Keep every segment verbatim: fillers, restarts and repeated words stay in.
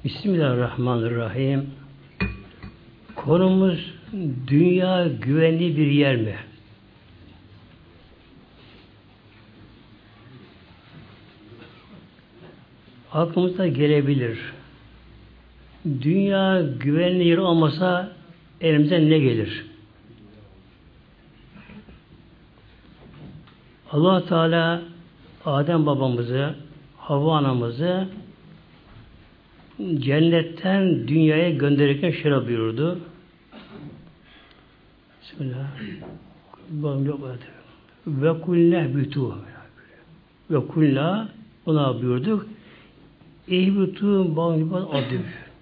Bismillahirrahmanirrahim. Konumuz dünya güvenli bir yer mi? Aklımıza gelebilir. Dünya güvenli yer olmasa elimize ne gelir? Allah Teala Adem babamızı, Havva anamızı cennetten dünyaya gönderirken şöyle buyurdu. Bismillah. Ve kulne bütu. Ve kulna ona buyurduk. Ehbütü bağlı adı.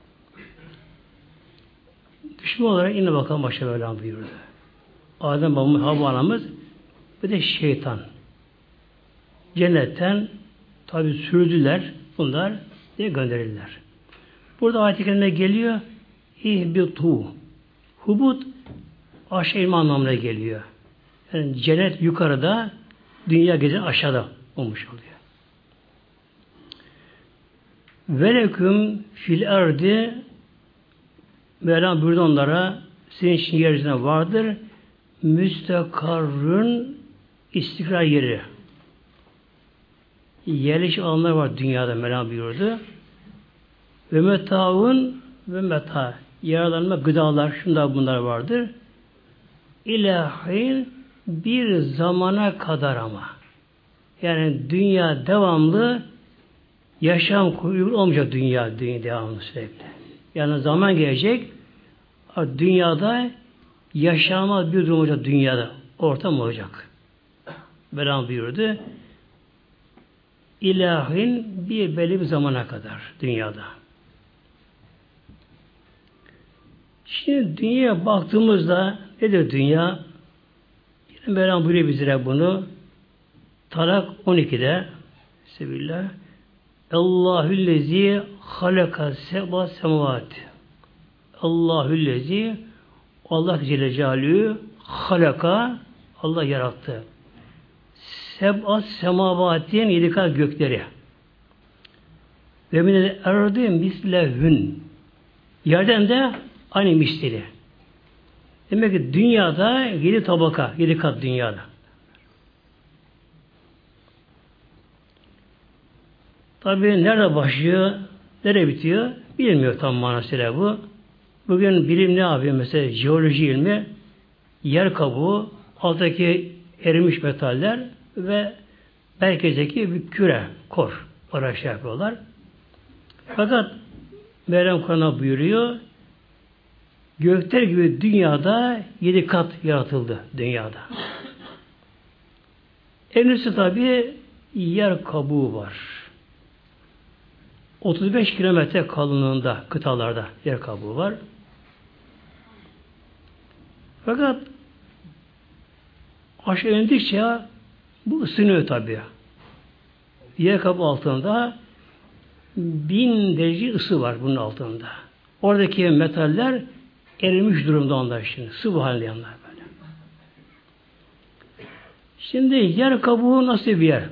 Düşman olarak yine bakalım başa böyle buyurdu. Adem babamız, Havva anamız bir de şeytan. Cennetten tabi sürdüler. Bunlar diye gönderirler. Burada ayet-i kerime geliyor. İhbitu. Hubut aşağı inme anlamına geliyor. Yani cennet yukarıda, dünya gece aşağıda olmuş oluyor. Veleküm fil erdi Mevlam buyurdu onlara sizin için yeryüzüne vardır müstekarrın istikrar yeri. Yerleşik alanlar var dünyada Mevlam buyurdu. Ve metavun ve meta yaralanma gıdalar şunlar bunlar vardır. İlahin bir zamana kadar ama. Yani dünya devamlı yaşam kuyruğu olmayacak dünya, dünya devamlı sürekli. Yani zaman gelecek dünyada yaşamaz bir durum olacak dünyada. Ortam olacak. Mevlam buyurdu. İlahin bir belli bir zamana kadar dünyada. Şimdi dünyaya baktığımızda nedir dünya? Yine Mevlam buyuruyor bizlere bunu. Talak on ikide Sebillah. Allahüllezi halaka seba semavat. Allahüllezi Allah Celle Celaluhu halaka Allah yarattı. Seb'a semavatin yedi kat gökleri. Ve minel erdi mislehün. Yerden de aynı misli. Demek ki dünyada yedi tabaka, yedi kat dünyada. Tabii nerede başlıyor, nerede bitiyor bilmiyor tam manasıyla bu. Bugün bilim ne yapıyor mesela jeoloji ilmi, yer kabuğu, alttaki erimiş metaller ve merkezdeki bir küre, kor olarak şey yapıyorlar. Fakat Mevlam Kur'an'a buyuruyor, gökler gibi dünyada yedi kat yaratıldı dünyada. En üstte tabi yer kabuğu var. otuz beş kilometre kalınlığında kıtalarda yer kabuğu var. Fakat aşağı indikçe bu ısınıyor tabi. Yer kabuğu altında bin derece ısı var bunun altında. Oradaki metaller erimiş durumda onlar şimdi. Sıvı halinde yanlar böyle. Şimdi yer kabuğu nasıl bir yer?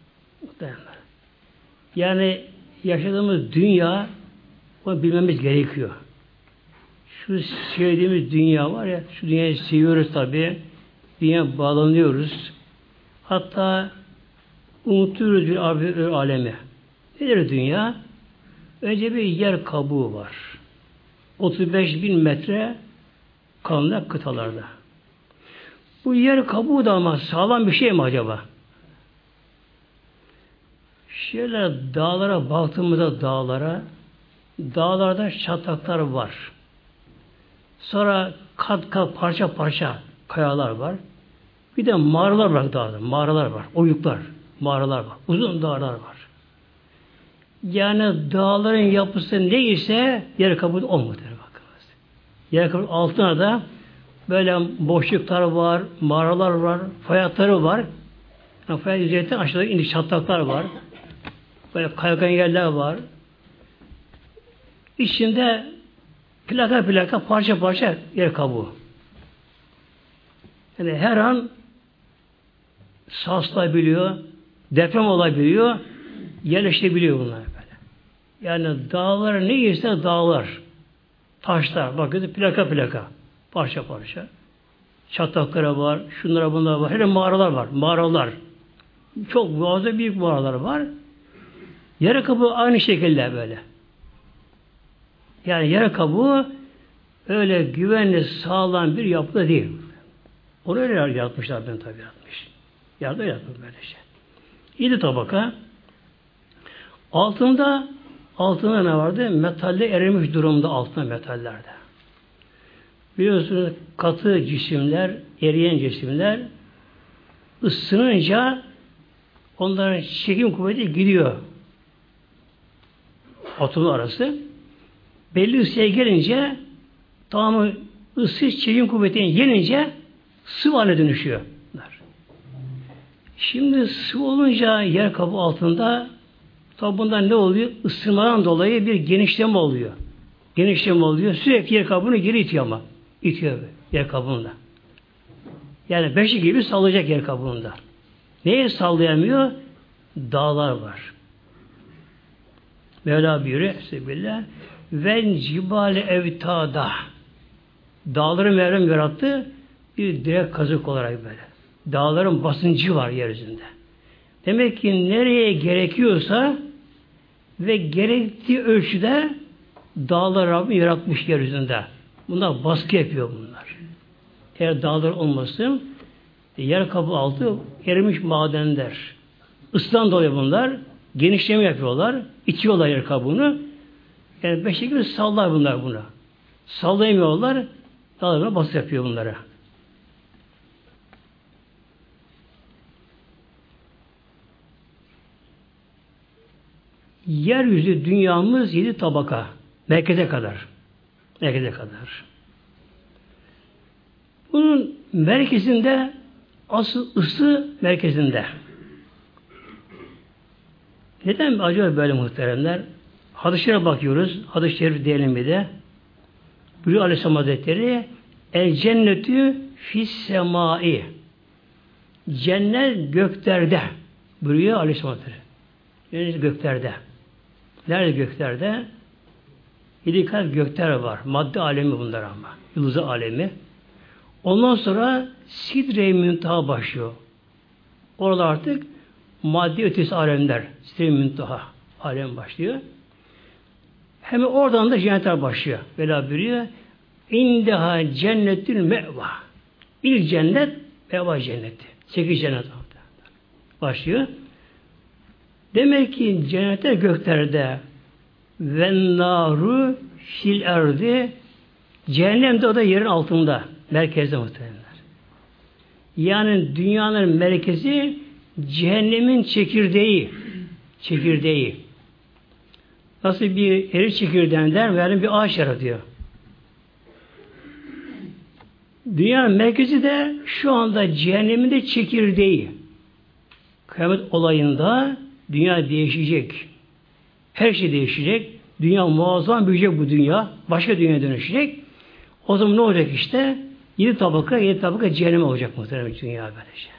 Yani yaşadığımız dünya onu bilmemiz gerekiyor. Şu sevdiğimiz dünya var ya, şu dünyayı seviyoruz tabi. Dünya bağlanıyoruz. Hatta unutuyoruz bir alemi. Nedir dünya? Önce bir yer kabuğu var. otuz beş bin metre kalınlık kıtalarda. Bu yer kabuğu da ama sağlam bir şey mi acaba? Şöyle dağlara baktığımızda dağlara, dağlarda çatlaklar var. Sonra kat kat parça parça kayalar var. Bir de mağaralar var dağda. Mağaralar var. Oyuklar. Mağaralar var. Uzun dağlar var. Yani dağların yapısı neyse yer kabuğu o muhtemelen bakınız. Yer kabuğu altına da böyle boşluklar var, mağaralar var, fay hatları var. Yani fay yüzeyinden aşağıda indik çatlaklar var. Böyle kaygan yerler var. İçinde plaka plaka parça parça yer kabuğu. Yani her an sarsılabiliyor, deprem olabiliyor, yerleşebiliyor bunlar böyle. Yani dağlar neyse dağlar. Taşlar. Bakın plaka plaka. Parça parça. Çataklara var. Şunlara bunlara var. Hele mağaralar var. Mağaralar. Çok fazla büyük mağaralar var. Yer kabuğu aynı şekilde böyle. Yani yer kabuğu öyle güvenli, sağlam bir yapı değil. Onu öyle yaratmışlar, ben tabi yaratmış. Yardım yapmış böyle şey. Yedi tabaka. Altında altında ne vardı? Metalle erimiş durumda altında metallerde. Biliyorsunuz katı cisimler, eriyen cisimler ısınınca onların çekim kuvveti gidiyor. Atomlar arası. Belli ısıya gelince tamamı ısı çekim kuvvetini yenince sıvı haline dönüşüyor. Şimdi sıvı olunca yer kabuğu altında tabi bundan ne oluyor? Isınmadan dolayı bir genişleme oluyor. Genişleme oluyor. Sürekli yer kabuğunu geri itiyor ama. İtiyor yer kabuğunda. Yani beşi gibi sallayacak yer kabuğunda. Neye sallayamıyor? Dağlar var. Mevla buyuruyor Sebillah ven cibale evtada dağları Mevlam yarattı bir direk kazık olarak böyle. Dağların basıncı var yeryüzünde. Demek ki nereye gerekiyorsa ve gerektiği ölçüde dağlar Rabbim yaratmış yeryüzünde. Bunlar baskı yapıyor bunlar. Eğer dağlar olmasın yer kabuğu altı erimiş madenler. Isıdan dolayı bunlar genişleme yapıyorlar. İçiyorlar yer kabuğunu. Yani beş şekilde sallar bunlar buna. Sallayamıyorlar. Dağlarına baskı yapıyor bunlara. Yeryüzü dünyamız yedi tabaka. Merkeze kadar. Merkeze kadar. Bunun merkezinde asıl ısı merkezinde. Neden acaba böyle muhteremler? Hadis-i Şerif'e bakıyoruz. Hadis-i Şerif diyelim bir de. Buyuruyor Aleyhisselam Hazretleri El cennetü fis semai cennet göklerde buyuruyor Aleyhisselam Hazretleri. Cennet göklerde. Nerede göklerde? Yedi kat gökler var. Madde alemi bunlar ama. Yıldızı alemi. Ondan sonra Sidre-i Müntaha başlıyor. Orada artık maddi ötesi alemler. Sidre-i Müntaha alem başlıyor. Hemen oradan da cennetler başlıyor. Böyle buyuruyor. İndeha cennetül meva. İlk cennet meva cenneti. Sekiz cennet başlıyor. Demek ki cennetler göklerde ve naru fil erdi cehennem de o da yerin altında. Merkezde muhtemelenler. Yani dünyanın merkezi cehennemin çekirdeği. Çekirdeği. Nasıl bir erik çekirdeğinden veya bir ağaç yaratıyor. Dünyanın merkezi de şu anda cehennemin de çekirdeği. Kıyamet olayında dünya değişecek. Her şey değişecek. Dünya muazzam büyüyecek bu dünya. Başka dünyaya dönüşecek. O zaman ne olacak işte? Yedi tabaka, yedi tabaka cehennem olacak muhtemelen dünya böylece.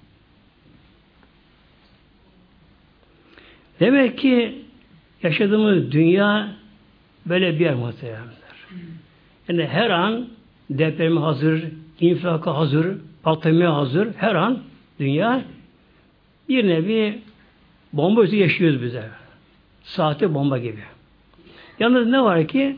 Demek ki yaşadığımız dünya böyle bir yer muhtemelenler. Yani her an depreme hazır, infilaka hazır, patlamaya hazır. Her an dünya bir nevi bomba üstü yaşıyoruz bize. Saate bomba gibi. Yalnız ne var ki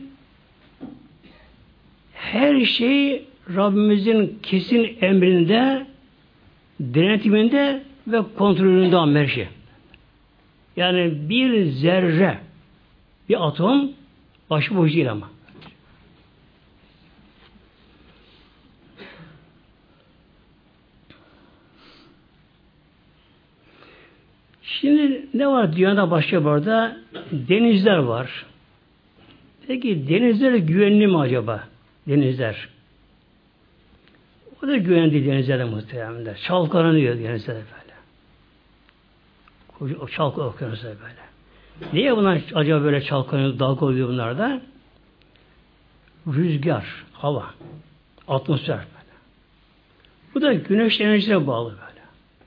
her şey Rabbimizin kesin emrinde, denetiminde ve kontrolünde olan her şey. Yani bir zerre, bir atom başıboş değil ama. Şimdi ne var dünyada başka burada? Denizler var. Peki denizler güvenli mi acaba? Denizler. O da güvenli denizler muhtemelen. Çalkalanıyor denizler böyle. O çalka okyanuslar böyle. Niye bunlar acaba böyle çalkalanıyor, dalga oluyor bunlarda? Rüzgar, hava, atmosfer böyle. Bu da güneş enerjisine bağlı böyle.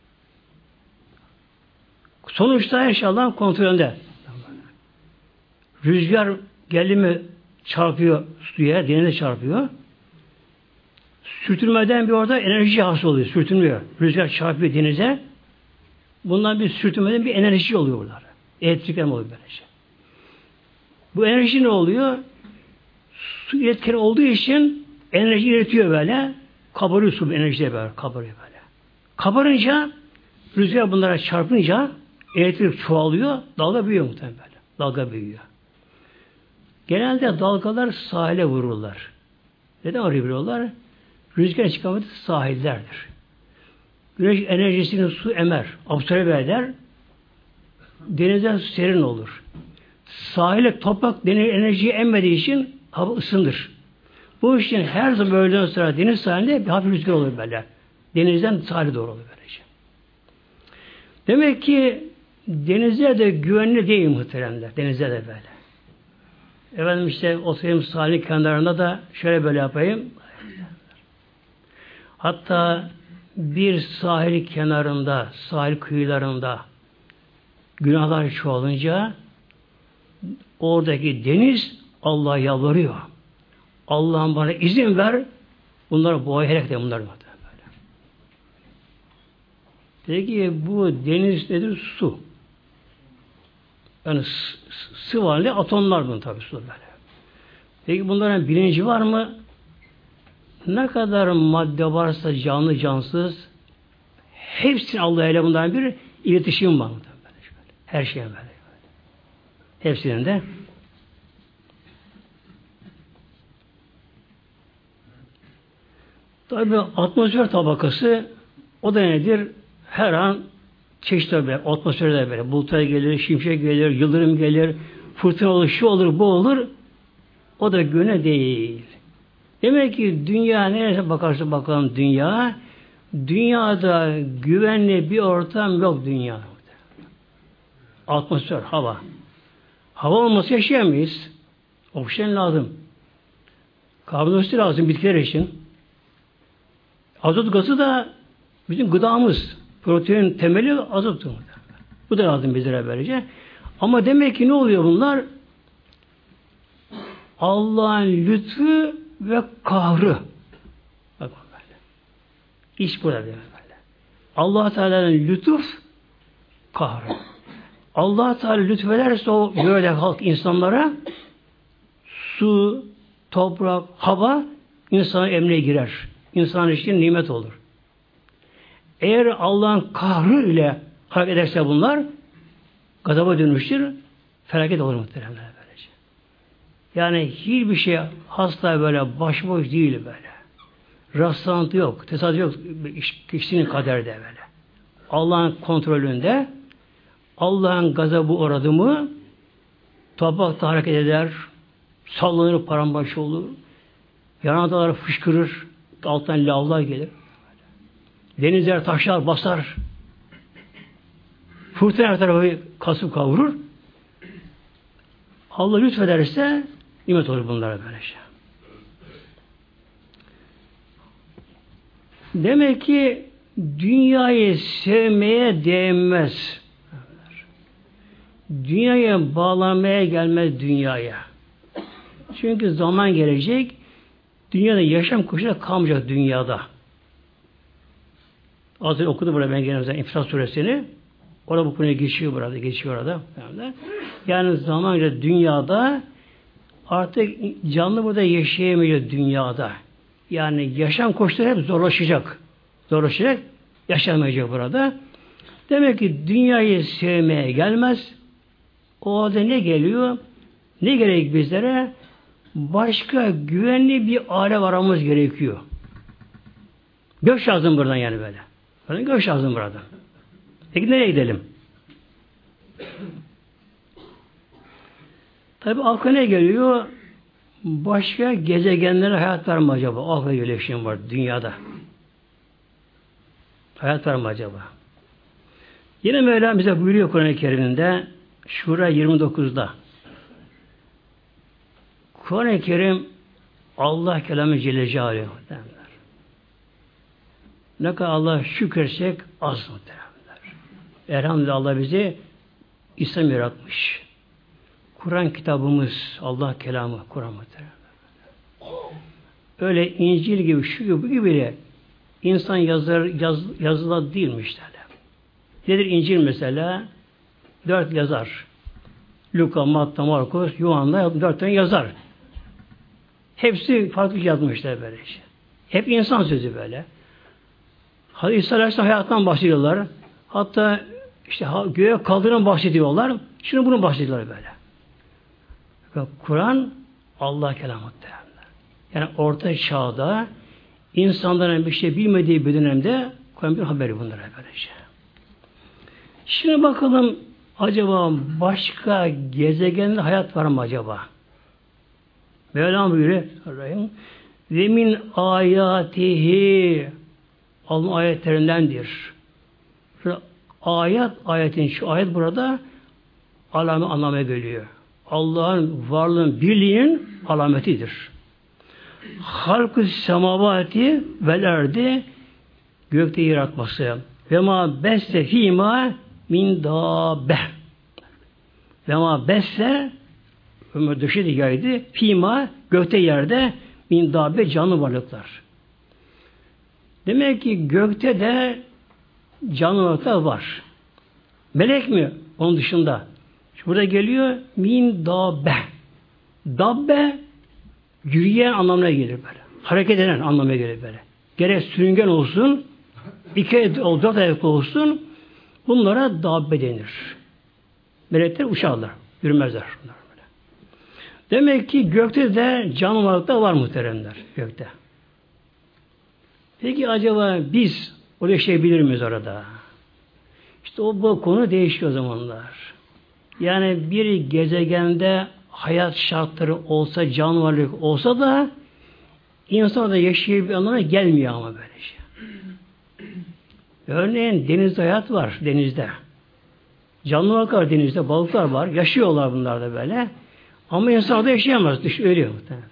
Sonuçta inşallah kontrolünde. Rüzgar geldi mi çarpıyor suya, denize çarpıyor. Sürtünmeden bir orada enerji hasıl oluyor. Sürtünmüyor. Rüzgar çarpıyor denize. Bundan bir sürtünmeden bir enerji oluyor burada. Elektrikler oluyor böylece. Bu enerji ne oluyor? Su iletkeni olduğu için enerji iletiyor böyle. Kabarıyor su enerjiye böyle. Kabarıyor böyle. Kabarınca rüzgar bunlara çarpınca elektrik çoğalıyor. Dalga büyüyor muhtemelen böyle. Dalga büyüyor. Genelde dalgalar sahile vururlar. Neden oraya vuruyorlar? Rüzgar çıkamadığı sahillerdir. Güneş enerjisini su emer, absorbe eder. Denizden serin olur. Sahile toprak deniz enerjiyi emmediği için hava ısındır. Bu için her zaman öğleden sonra deniz sahilinde bir hafif rüzgar olur böyle. Denizden sahile doğru olur böylece. Demek ki denizler de güvenli değil muhteremler. Denizler de böyle. Efendim işte oturayım sahil kenarında da şöyle böyle yapayım. Hatta bir sahil kenarında, sahil kıyılarında günahlar çoğalınca oradaki deniz Allah'a yalvarıyor. Allah'ım bana izin ver, bunları boğayarak de bunlar böyle. Peki bu deniz nedir? Su. Yani sıvı halinde atomlar bunun tabi su böyle. Peki bunların bilinci var mı? Ne kadar madde varsa canlı cansız hepsinin Allah ile bundan bir iletişim var. Her şeye böyle. Hepsinin de tabi atmosfer tabakası o da nedir? Her an çeşitli böyle, atmosferde böyle bulutlar gelir, şimşek gelir, yıldırım gelir, fırtına olur, şu olur, bu olur. O da güne değil. Demek ki dünya nereye bakarsa bakalım dünya, dünyada güvenli bir ortam yok dünya. Atmosfer, hava. Hava olması yaşayamayız. Oksijen lazım. Karbondioksit lazım bitkiler için. Azot gazı da bizim gıdamız. Protein temeli azottur. Bu da lazım bizlere böylece. Ama demek ki ne oluyor bunlar? Allah'ın lütfu ve kahrı. Bakın böyle. İş burada böyle. Allah Teala'nın lütuf, kahrı. Allah Teala lütfederse o böyle halk insanlara su, toprak, hava insanın emrine girer. İnsan için nimet olur. Eğer Allah'ın kahrı ile hareket ederse bunlar gazaba dönüşür, felaket olur muhtemelen böylece. Yani hiçbir şey hasta böyle başboş değil böyle. Rastlantı yok, tesadüf yok kişinin kaderde böyle. Allah'ın kontrolünde Allah'ın gazabı uğradı mı toprakta hareket eder, sallanır, paramparça olur, yanardalar fışkırır, alttan lavlar gelir. Denizler taşlar basar. Fırtına her tarafı kasıp kavurur. Allah lütfederse nimet olur bunlara böylece. Demek ki dünyayı sevmeye değmez. Dünyaya bağlanmaya gelmez dünyaya. Çünkü zaman gelecek dünyada yaşam koşulları kalmayacak dünyada. Az önce okudu burada ben gene İnfitar Suresini. Orada bu konuya geçiyor burada, geçiyor orada. Yani zamanla dünyada artık canlı burada yaşayamayacak dünyada. Yani yaşam koşulları hep zorlaşacak. Zorlaşacak, yaşamayacak burada. Demek ki dünyayı sevmeye gelmez. O halde ne geliyor? Ne gerek bizlere? Başka güvenli bir alem aramamız gerekiyor. Göç lazım buradan yani böyle. Buradan göç lazım buradan. Peki nereye gidelim? Tabi akla ne geliyor? Başka gezegenlere hayat var mı acaba? Akla geliyor şimdi var dünyada. Hayat var mı acaba? Yine Mevlam bize buyuruyor Kur'an-ı Kerim'inde Şura yirmi dokuzda. Kur'an-ı Kerim Allah kelamı Celle Celaluhu derler. Ne kadar Allah şükretsek az mı derler. Elhamdülillah Allah bizi İslam yaratmış. Kur'an kitabımız, Allah kelamı, Kur'an muhtemelen. Öyle İncil gibi, şu gibi, bu gibi de insan yazar, yaz, yazılar değilmiş derler. Nedir İncil mesela? Dört yazar. Luka, Matta, Markus, Yuhanna dört tane yazar. Hepsi farklı yazmışlar böyle işte. Hep insan sözü böyle. Hadi İsa Aleyhisselam hayattan bahsediyorlar. Hatta işte göğe kaldıran bahsediyorlar. Şunu bunu bahsediyorlar böyle. Kur'an Allah kelamı derler. Yani orta çağda insanların bir şey bilmediği bir dönemde Kur'an bir haberi bunlara böylece. Şimdi bakalım acaba başka gezegende hayat var mı acaba? Mevlam buyuruyor ve min ayatihi Allah'ın ayetlerindendir. Şu ayet, ayetin şu ayet burada alamet anlamaya geliyor. Allah'ın varlığın, birliğin alametidir. Halk-ı semavati vel erdi gökte yaratması ve ma besse fîmâ min dâbe ve ma besse ömür döşedi yaydı fîmâ gökte yerde min dâbe canlı varlıklar. Demek ki gökte de canlı varlıklar var. Melek mi? Onun dışında. Burada geliyor min dâbe. Dabbe yürüyen anlamına gelir böyle. Hareket eden anlamına gelir böyle. Gerek sürüngen olsun, iki o dört ayaklı olsun, bunlara dabbe denir. Melekler uçarlar, yürümezler. Böyle. Demek ki gökte de canlı varlıklar var muhteremler gökte. Peki acaba biz o yaşayabilir miyiz orada? İşte o bu konu değişiyor zamanlar. Yani bir gezegende hayat şartları olsa, canlı varlık olsa da insan da yaşayabildiği anlamına gelmiyor ama böyle şey. Örneğin denizde hayat var, denizde. Canlı varlık var denizde, balıklar var, yaşıyorlar bunlar da böyle. Ama insan da yaşayamaz, dış ölüyor muhtemelen.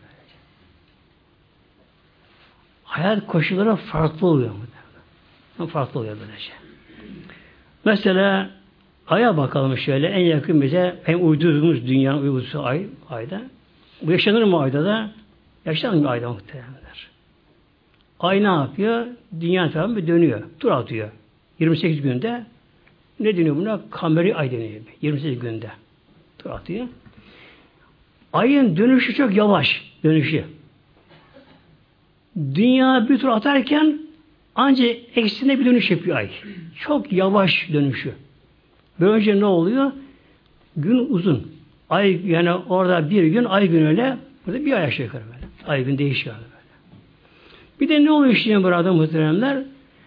Hayat koşulları farklı oluyor muhtemelen. Farklı oluyor böyle şey. Mesela Ay'a bakalım şöyle, en yakın bize, en uydurduğumuz dünyanın uygusu ay, ayda. Bu yaşanır mı ayda da? Yaşanmıyor ayda muhtemelenler. Ay ne yapıyor? Dünya tarafı bir dönüyor. Tur atıyor. yirmi sekiz günde. Ne deniyor buna? Kameri ay deniyor. yirmi sekiz günde. Tur atıyor. Ayın dönüşü çok yavaş. Dönüşü. Dünya bir tur atarken ancak eksine bir dönüş yapıyor ay. Çok yavaş dönüşü. Böylece ne oluyor? Gün uzun. Ay yani orada bir gün ay günüyle burada bir ay aşağı yukarı böyle. Ay gün değişiyor böyle. Bir de ne oluyor şimdi burada muhteremler?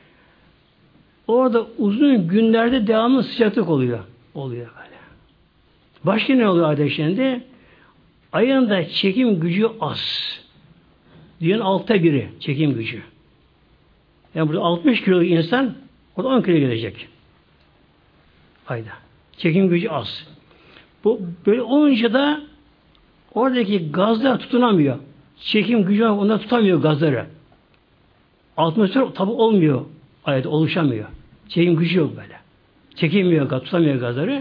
Orada uzun günlerde devamlı sıcaklık oluyor. Oluyor böyle. Başka ne oluyor ayda şimdi? Ayın da çekim gücü az. Dünyanın altta biri çekim gücü. Yani burada altmış kiloluk insan orada on kilo gelecek. Ayda. Çekim gücü az. Bu böyle olunca da oradaki gazlar tutunamıyor. Çekim gücü onlar tutamıyor gazları. Atmosfer tabi olmuyor. Ayda oluşamıyor. Çekim gücü yok böyle. Çekilmiyor gaz, tutamıyor gazları.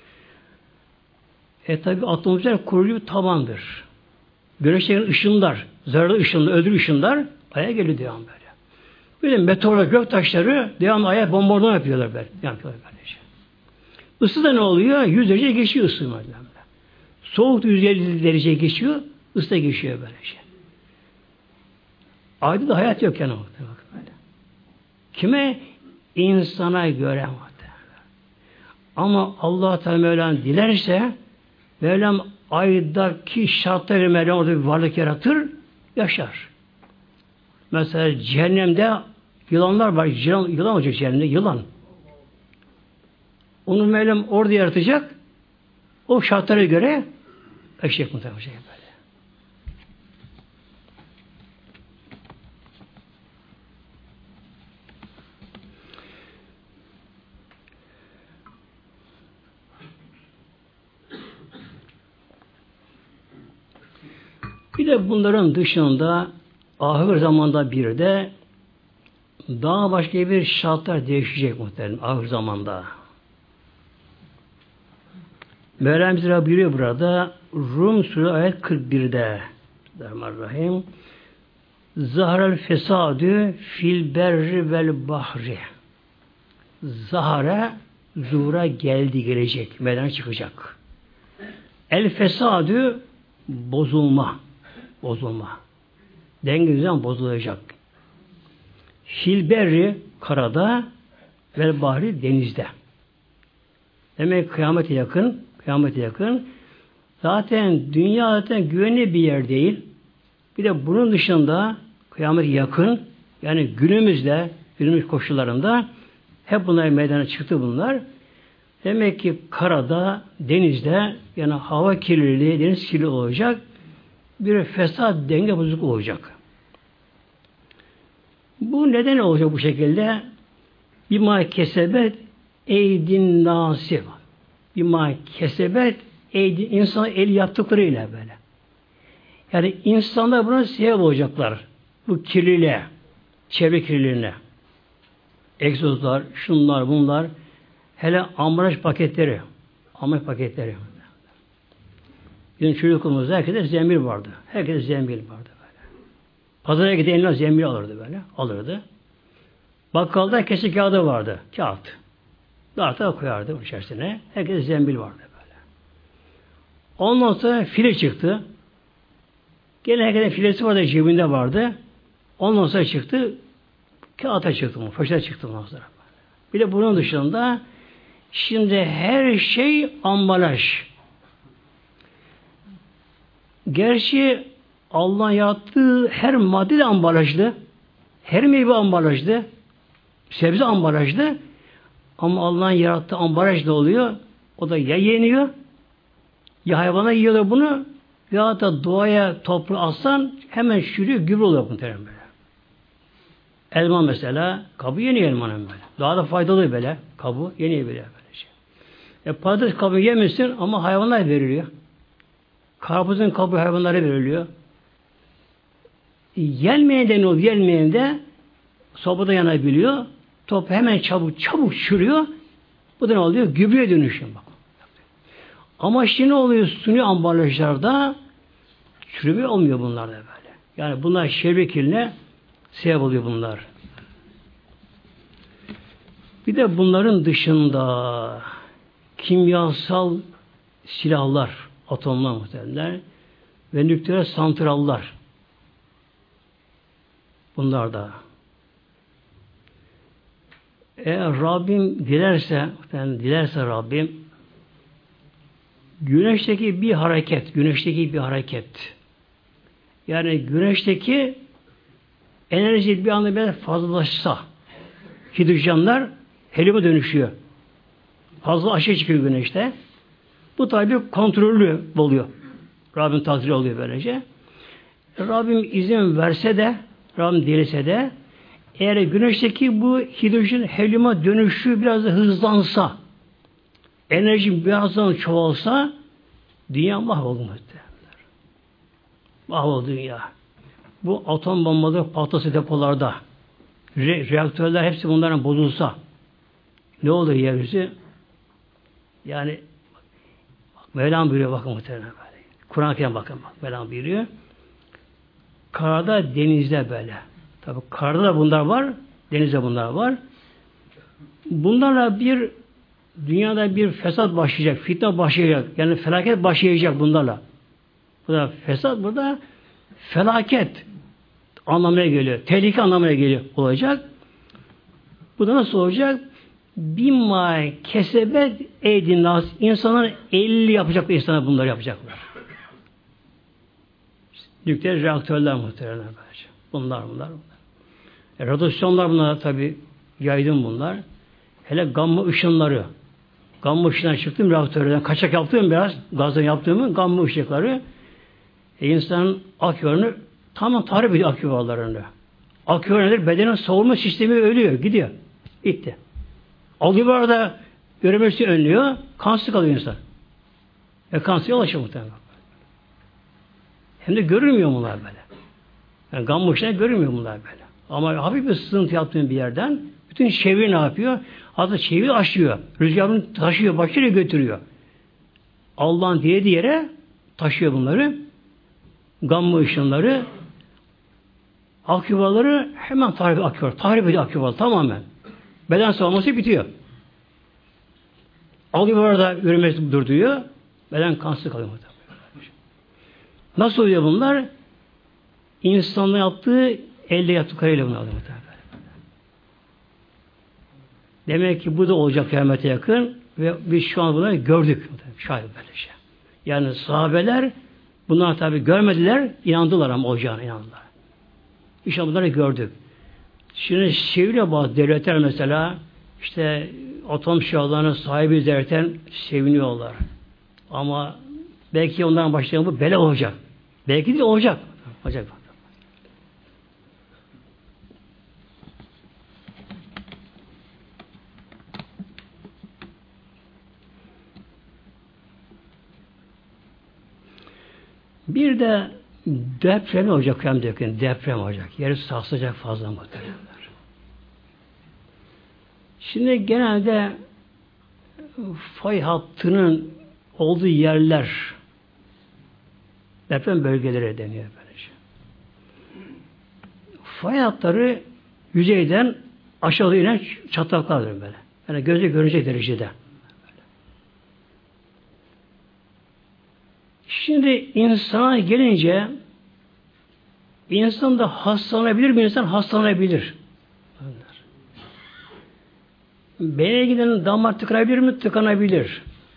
E tabi atmosfer koruyucu bir tabandır. Güneşlerin ışınlar, zararlı ışınlar, öldürü ışınlar Ay'a geliyor devam böyle. Böyle meteorlar, göktaşları devamlı Ay'a bombardıman yapıyorlar böyle. Yapıyorlar böylece. Isı da ne oluyor? yüz derece geçiyor ısı. Soğuk yüz elli derece geçiyor, ısı da geçiyor böylece. Ayda da hayat yok yani. Böyle. Kime? İnsana göre. Ama Allah Teala Mevlam dilerse Mevlam aydaki şartları Mevlam orada bir varlık yaratır, yaşar. Mesela cehennemde yılanlar var. Yılan, yılan olacak cehennemde, yılan. Onu Mevlam orada yaratacak. O şartlara göre yaşayacak muhtemelen böyle. Bir de bunların dışında ahir zamanda bir de daha başka bir şartlar değişecek muhtemelen ahir zamanda. Mevlam bize buyuruyor burada Rum Suresi ayet kırk birde Bismillahirrahmanirrahim. Zaharel fesadü fil berri vel bahri. Zahara zuhura geldi gelecek. Meydana çıkacak. El fesadü bozulma. Bozulma. Denge düzen bozulacak. Fil berri karada vel bahri denizde. Demek kıyamete yakın. Kıyamete yakın. Zaten dünya zaten güvenli bir yer değil. Bir de bunun dışında kıyamet yakın. Yani günümüzde, günümüz koşullarında hep bunlar meydana çıktı bunlar. Demek ki karada, denizde yani hava kirliliği, deniz kirliliği olacak. Bir fesat, denge bozukluğu olacak. Bu neden olacak bu şekilde? Bima kesebet eydin nasip. Bima kesebet eydin, insan el yaptıklarıyla böyle. Yani insanlar buna sebep olacaklar. Bu kirliliğe, çevre kirliliğine. Egzozlar, şunlar, bunlar. Hele ambalaj paketleri. Ambalaj paketleri. Bizim çocukluğumuzda herkese zembil vardı. Herkese zembil vardı böyle. Pazara giden eline zembil alırdı böyle. Alırdı. Bakkalda kesik kağıdı vardı. Kağıt. Darta koyardı içerisine. Herkese zembil vardı böyle. Ondan sonra file çıktı. Gene herkese filesi vardı, cebinde vardı. Ondan sonra çıktı. Kağıta çıktı mı? Poşete çıktı mı? Bir de bunun dışında şimdi her şey ambalaj. Gerçi Allah'ın yarattığı her madde de ambalajlı. Her meyve ambalajlı. Sebze ambalajlı. Ama Allah'ın yarattığı ambalaj da oluyor. O da ya yeniyor ya hayvana yiyorlar bunu ya da doğaya toprağı atsan hemen çürüyor, gübre oluyor muhtemelen böyle. Elma mesela, kabuğu yeniyor elmanın böyle. Daha da faydalı böyle. Kabuğu yeniyor böyle. Böylece. E, patates kabuğu yemişsin ama hayvanlar veriliyor. Karpuzun kabuğu hayvanlara veriliyor. E, yenmeyen de ne oluyor? Yenmeyen de sobada yanabiliyor. Top hemen çabuk çabuk çürüyor. Bu da ne oluyor? Gübreye dönüşüyor. Bak. Ama işte ne oluyor? Suni ambalajlarda çürüme olmuyor bunlarda böyle. Yani bunlar şerbe kirliliğine sebep oluyor bunlar. Bir de bunların dışında kimyasal silahlar, atomlar muhtemelen ve nükleer santrallar. Bunlar da. Eğer Rabbim dilerse, yani dilerse Rabbim güneşteki bir hareket, güneşteki bir hareket yani güneşteki enerji bir anda biraz fazlalaşsa hidrojenler helyuma dönüşüyor. Fazla aşağı çıkıyor güneşte. Bu tabi kontrollü oluyor. Rabbim takdiri oluyor böylece. Rabbim izin verse de Rabbim dilese de eğer güneşteki bu hidrojen helyuma dönüşü biraz da hızlansa enerji birazdan çoğalsa dünya mahvolur. Mahvolur dünya. Bu atom bombaları patlası depolarda re reaktörler hepsi bunların bozulsa ne olur yeryüzü? Yani Mevlam buyuruyor bakın muhtemelen böyle. Kur'an-ı Kerim bakın bak. Mevlam buyuruyor. Karada, denizde böyle. Tabi karada da bunlar var, denizde bunlar var. Bunlarla bir dünyada bir fesat başlayacak, fitne başlayacak. Yani felaket başlayacak bunlarla. Burada fesat, burada felaket anlamına geliyor. Tehlike anlamına geliyor olacak. Bu da nasıl olacak? Bimma kesebet eydin nas. İnsanlar elli yapacak insana bunları yapacaklar. Nükleer reaktörler muhtemelen böylece. Bunlar bunlar. bunlar. E, radyasyonlar bunlar tabi yaygın bunlar. Hele gamma ışınları. Gamma ışınları çıktım reaktörden. Kaçak yaptığım biraz gazdan yaptığımı gamma ışıkları e, insanın aküvarını tamamen tahrip ediyor aküvarlarını. Aküvar nedir? Bedenin savunma sistemi ölüyor. Gidiyor. Bitti. Algıvar da göremesi önlüyor. Kansız kalıyor insan. E kanser ulaşıyor muhtemelen. Hem de görülmüyor bunlar böyle. Yani gamma ışınları görülmüyor bunlar böyle. Ama hafif bir sızıntı yaptığın bir yerden bütün çevre ne yapıyor? Hatta çevre aşıyor. Rüzgarını taşıyor, başlıyor götürüyor. Allah'ın dilediği yere taşıyor bunları. Gamma ışınları, aküvaları hemen tahrip akıyor. Tahrip ediyor aküvaları tamamen. Beden savunması bitiyor. Aküvalar da üremesi durduruyor. Beden kansız kalıyor. Nasıl oluyor bunlar? İnsanla yaptığı, elde yaptıklarıyla bunlar oluyor. Demek ki bu da olacak kıyamete yakın ve biz şu an bunları gördük. Şahit böyle şey. Yani sahabeler bunlar tabi görmediler, inandılar ama olacağına inandılar. İşte bunları gördük. Şimdi seviniyor bazı devletler mesela işte atom silahlarının sahibi derken seviniyorlar. Ama belki onların başlayan bu bela olacak. Belki de olacak. Olacak. Bir de deprem olacak hem de deprem olacak. Yeri sarsacak fazla muhtemelenler. Şimdi genelde fay hattının olduğu yerler deprem bölgeleri deniyor böylece. Fay hatları yüzeyden aşağı inen çatlaklardır böyle. Yani gözle görecek derecede. Şimdi insana gelince insan da hastalanabilir, bir insan hastalanabilir. Beyne giden damar tıkanabilir mi? Tıkanabilir.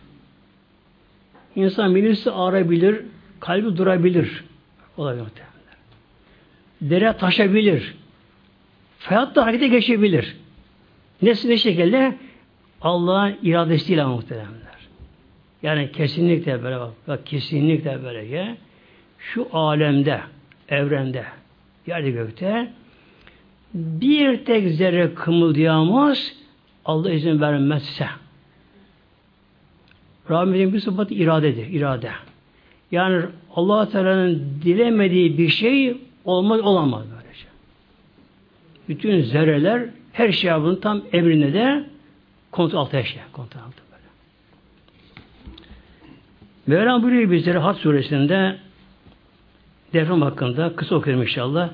İnsan midesi ağrabilir, kalbi durabilir. Olabilir. Dere taşabilir. Hayat da harekete geçebilir. Nesi ne şekilde? Allah'ın iradesiyle muhteremler. Yani kesinlikle böyle bak, bak kesinlikle böyle şu alemde, evrende, yerde gökte bir tek zerre kımıldayamaz Allah izin vermezse. Rahmetin bir sıfatı iradedir, irade. Yani Allah Teala'nın dilemediği bir şey olmaz, olamaz böylece. Bütün zerreler her şey bunun tam emrinde de kontrol altı her şey, kontrol altı. Mevlam buyuruyor bizlere Had suresinde deprem hakkında kısa okuyalım inşallah.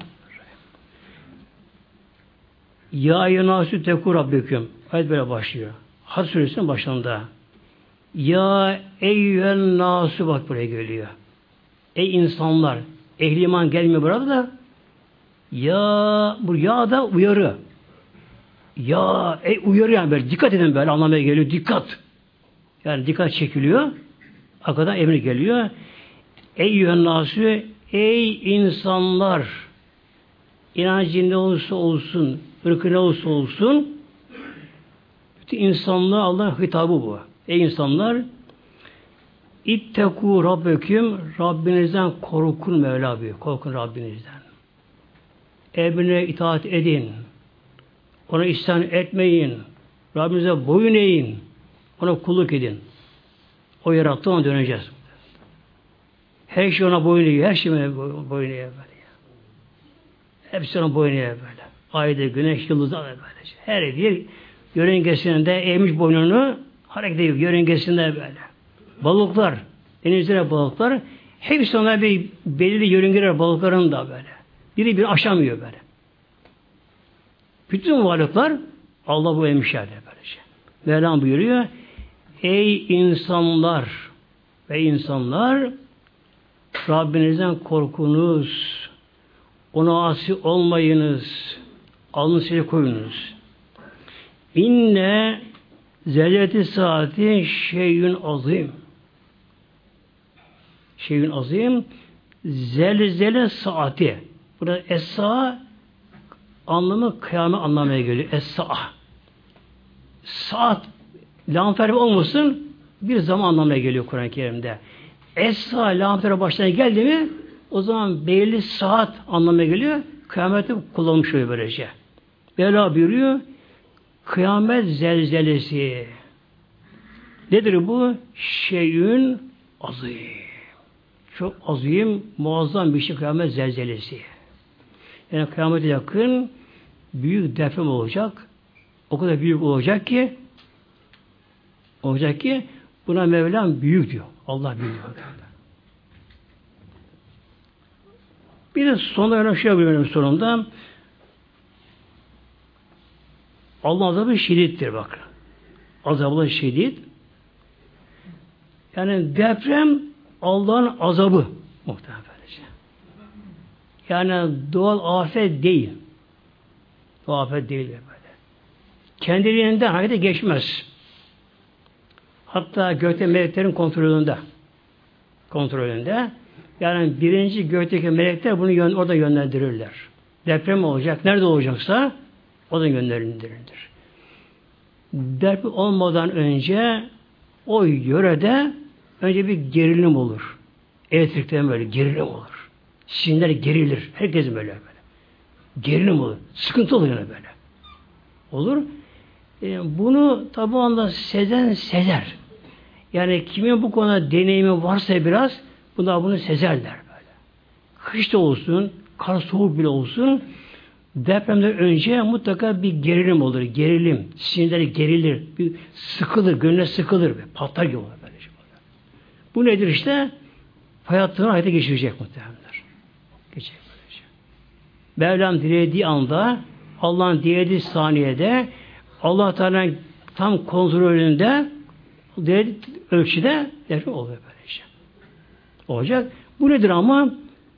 Ya eyyühennâsü tekû rabbeküm. Ayet böyle başlıyor. Had suresinin başında. Ya eyyühennâsü bak buraya geliyor. Ey insanlar. Ehli iman gelmiyor burada da. Ya bu ya da uyarı. Ya ey uyarı yani böyle dikkat edin böyle anlamaya geliyor. Dikkat. Yani dikkat çekiliyor. Arkadan emri geliyor. Ey yühennâsü, ey insanlar, inancı ne olursa olsun, ırkı ne olursa olsun, bütün insanlığa Allah'ın hitabı bu. Ey insanlar, İttekû Rabbeküm, Rabbinizden korkun Mevla buyuruyor. Korkun Rabbinizden. Emrine itaat edin. Ona isyan etmeyin. Rabbinize boyun eğin. Ona kulluk edin. O yarattı, ona döneceğiz. Her şey ona boyun eğiyor. Her şey ona boyun eğiyor böyle. Hepsi ona boyun eğiyor böyle. Ayda, güneş, yıldızlar böyle. Her bir yörüngesinde eğmiş boynunu hareket ediyor. Yörüngesinde böyle. Balıklar, denizlere balıklar, hepsi ona bir belirli yörüngeler balıkların da böyle. Biri bir aşamıyor böyle. Bütün varlıklar Allah bu emmişlerdir böylece. Mevlam buyuruyor. Ey insanlar ve insanlar Rabbinizden korkunuz, ona asi olmayınız, alnı koyunuz. İnne zelzeti saati şeyün azim. Şeyün azim zelzele saati. Burada es-sa'a anlamı kıyamet anlamaya geliyor. Es-sa'a. Saat lamferbi olmasın bir zaman anlamına geliyor Kur'an-ı Kerim'de. Es-sa'a lamferbi başına geldi mi o zaman belli saat anlamına geliyor. Kıyameti kullanmış oluyor böylece. Mevla buyuruyor kıyamet zelzelesi. Nedir bu? Şeyün azim. Çok azim, muazzam bir şey kıyamet zelzelesi. Yani kıyamete yakın büyük deprem olacak. O kadar büyük olacak ki olacak ki Buna Mevlam büyük diyor. Allah büyük diyor. Bir de sonunda öyle şey yapıyor benim sonunda. Allah azabı şiddettir bak. Azabı şiddet. Yani deprem Allah'ın azabı muhtemelen. Yani doğal afet değil. Doğal afet değil böyle. Kendiliğinden harekete geçmez. Hatta gökte meleklerin kontrolünde. Kontrolünde. Yani birinci gökteki melekler bunu yön, orada yönlendirirler. Deprem olacak. Nerede olacaksa o da yönlendirilir. Deprem olmadan önce o yörede önce bir gerilim olur. Elektrikten böyle gerilim olur. Sinirler gerilir. Herkesin böyle böyle. Gerilim olur. Sıkıntı olur yani böyle. Olur. E, bunu tabi o anda sezen sezer. Yani kimin bu konuda deneyimi varsa biraz bunlar bunu sezerler böyle. Kış da olsun, kar soğuk bile olsun depremden önce mutlaka bir gerilim olur. Gerilim. Sinirleri gerilir. Bir sıkılır. Gönlüne sıkılır. Patlar gibi olur. Böyle. Bu nedir işte? Hayatını hayata geçirecek muhtemelenler. Geçecek böylece. Mevlam dilediği anda Allah'ın dilediği saniyede Allah Teala'nın tam kontrolünde dilediği ölçüde deprem oluyor böylece. Olacak. Bu nedir ama?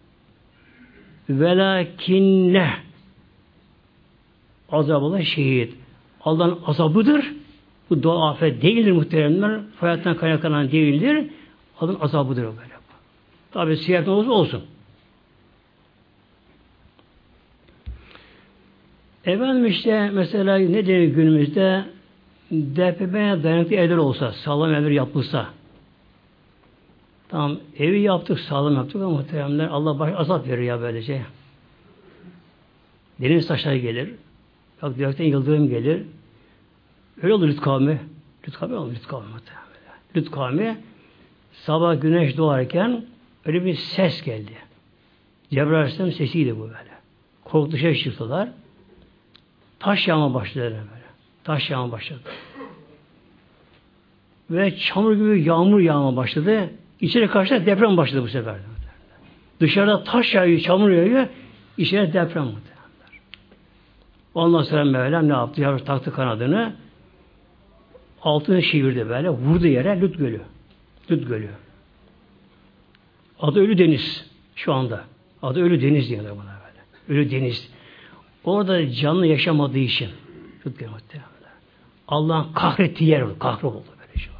Velakinne azabı şehit. Allah'ın azabıdır. Bu doğal afet değildir muhteremler. Hayattan kaynaklanan değildir. Allah'ın azabıdır o böyle. Tabi siyah olursa olsun. Efendim işte mesela ne denir günümüzde depreme dayanıklı evler olsa, sağlam evler yapılsa. Tamam evi yaptık, sağlam yaptık ama muhteremler Allah baş azap verir ya böylece. Deniz taşları gelir. Bak direkten yıldırım gelir. Öyle olur Lüt kavmi. Lüt kavmi olur Lüt kavmi muhteremler. Lüt kavmi sabah güneş doğarken öyle bir ses geldi. Cebrail Aleyhisselam sesiydi bu böyle. Korku dışarı çıktılar. Taş yağma başladı böyle. Taş yağma başladı. Ve çamur gibi yağmur yağma başladı. İçeri karşı deprem başladı bu sefer. Dışarıda taş yağıyor, çamur yağıyor. İçeri deprem muhtemelen. Ondan sonra Mevlam ne yaptı? Yavru taktı kanadını. Altını çevirdi böyle. Vurdu yere Lüt Gölü. Lüt Gölü. Adı Ölü Deniz. Şu anda. Adı Ölü Deniz diyorlar buna böyle. Ölü Deniz. Orada canlı yaşamadığı için Lüt Gölü muhtemelen. Allah'ın kahrettiği yer oldu. Kahroldu böyle şey.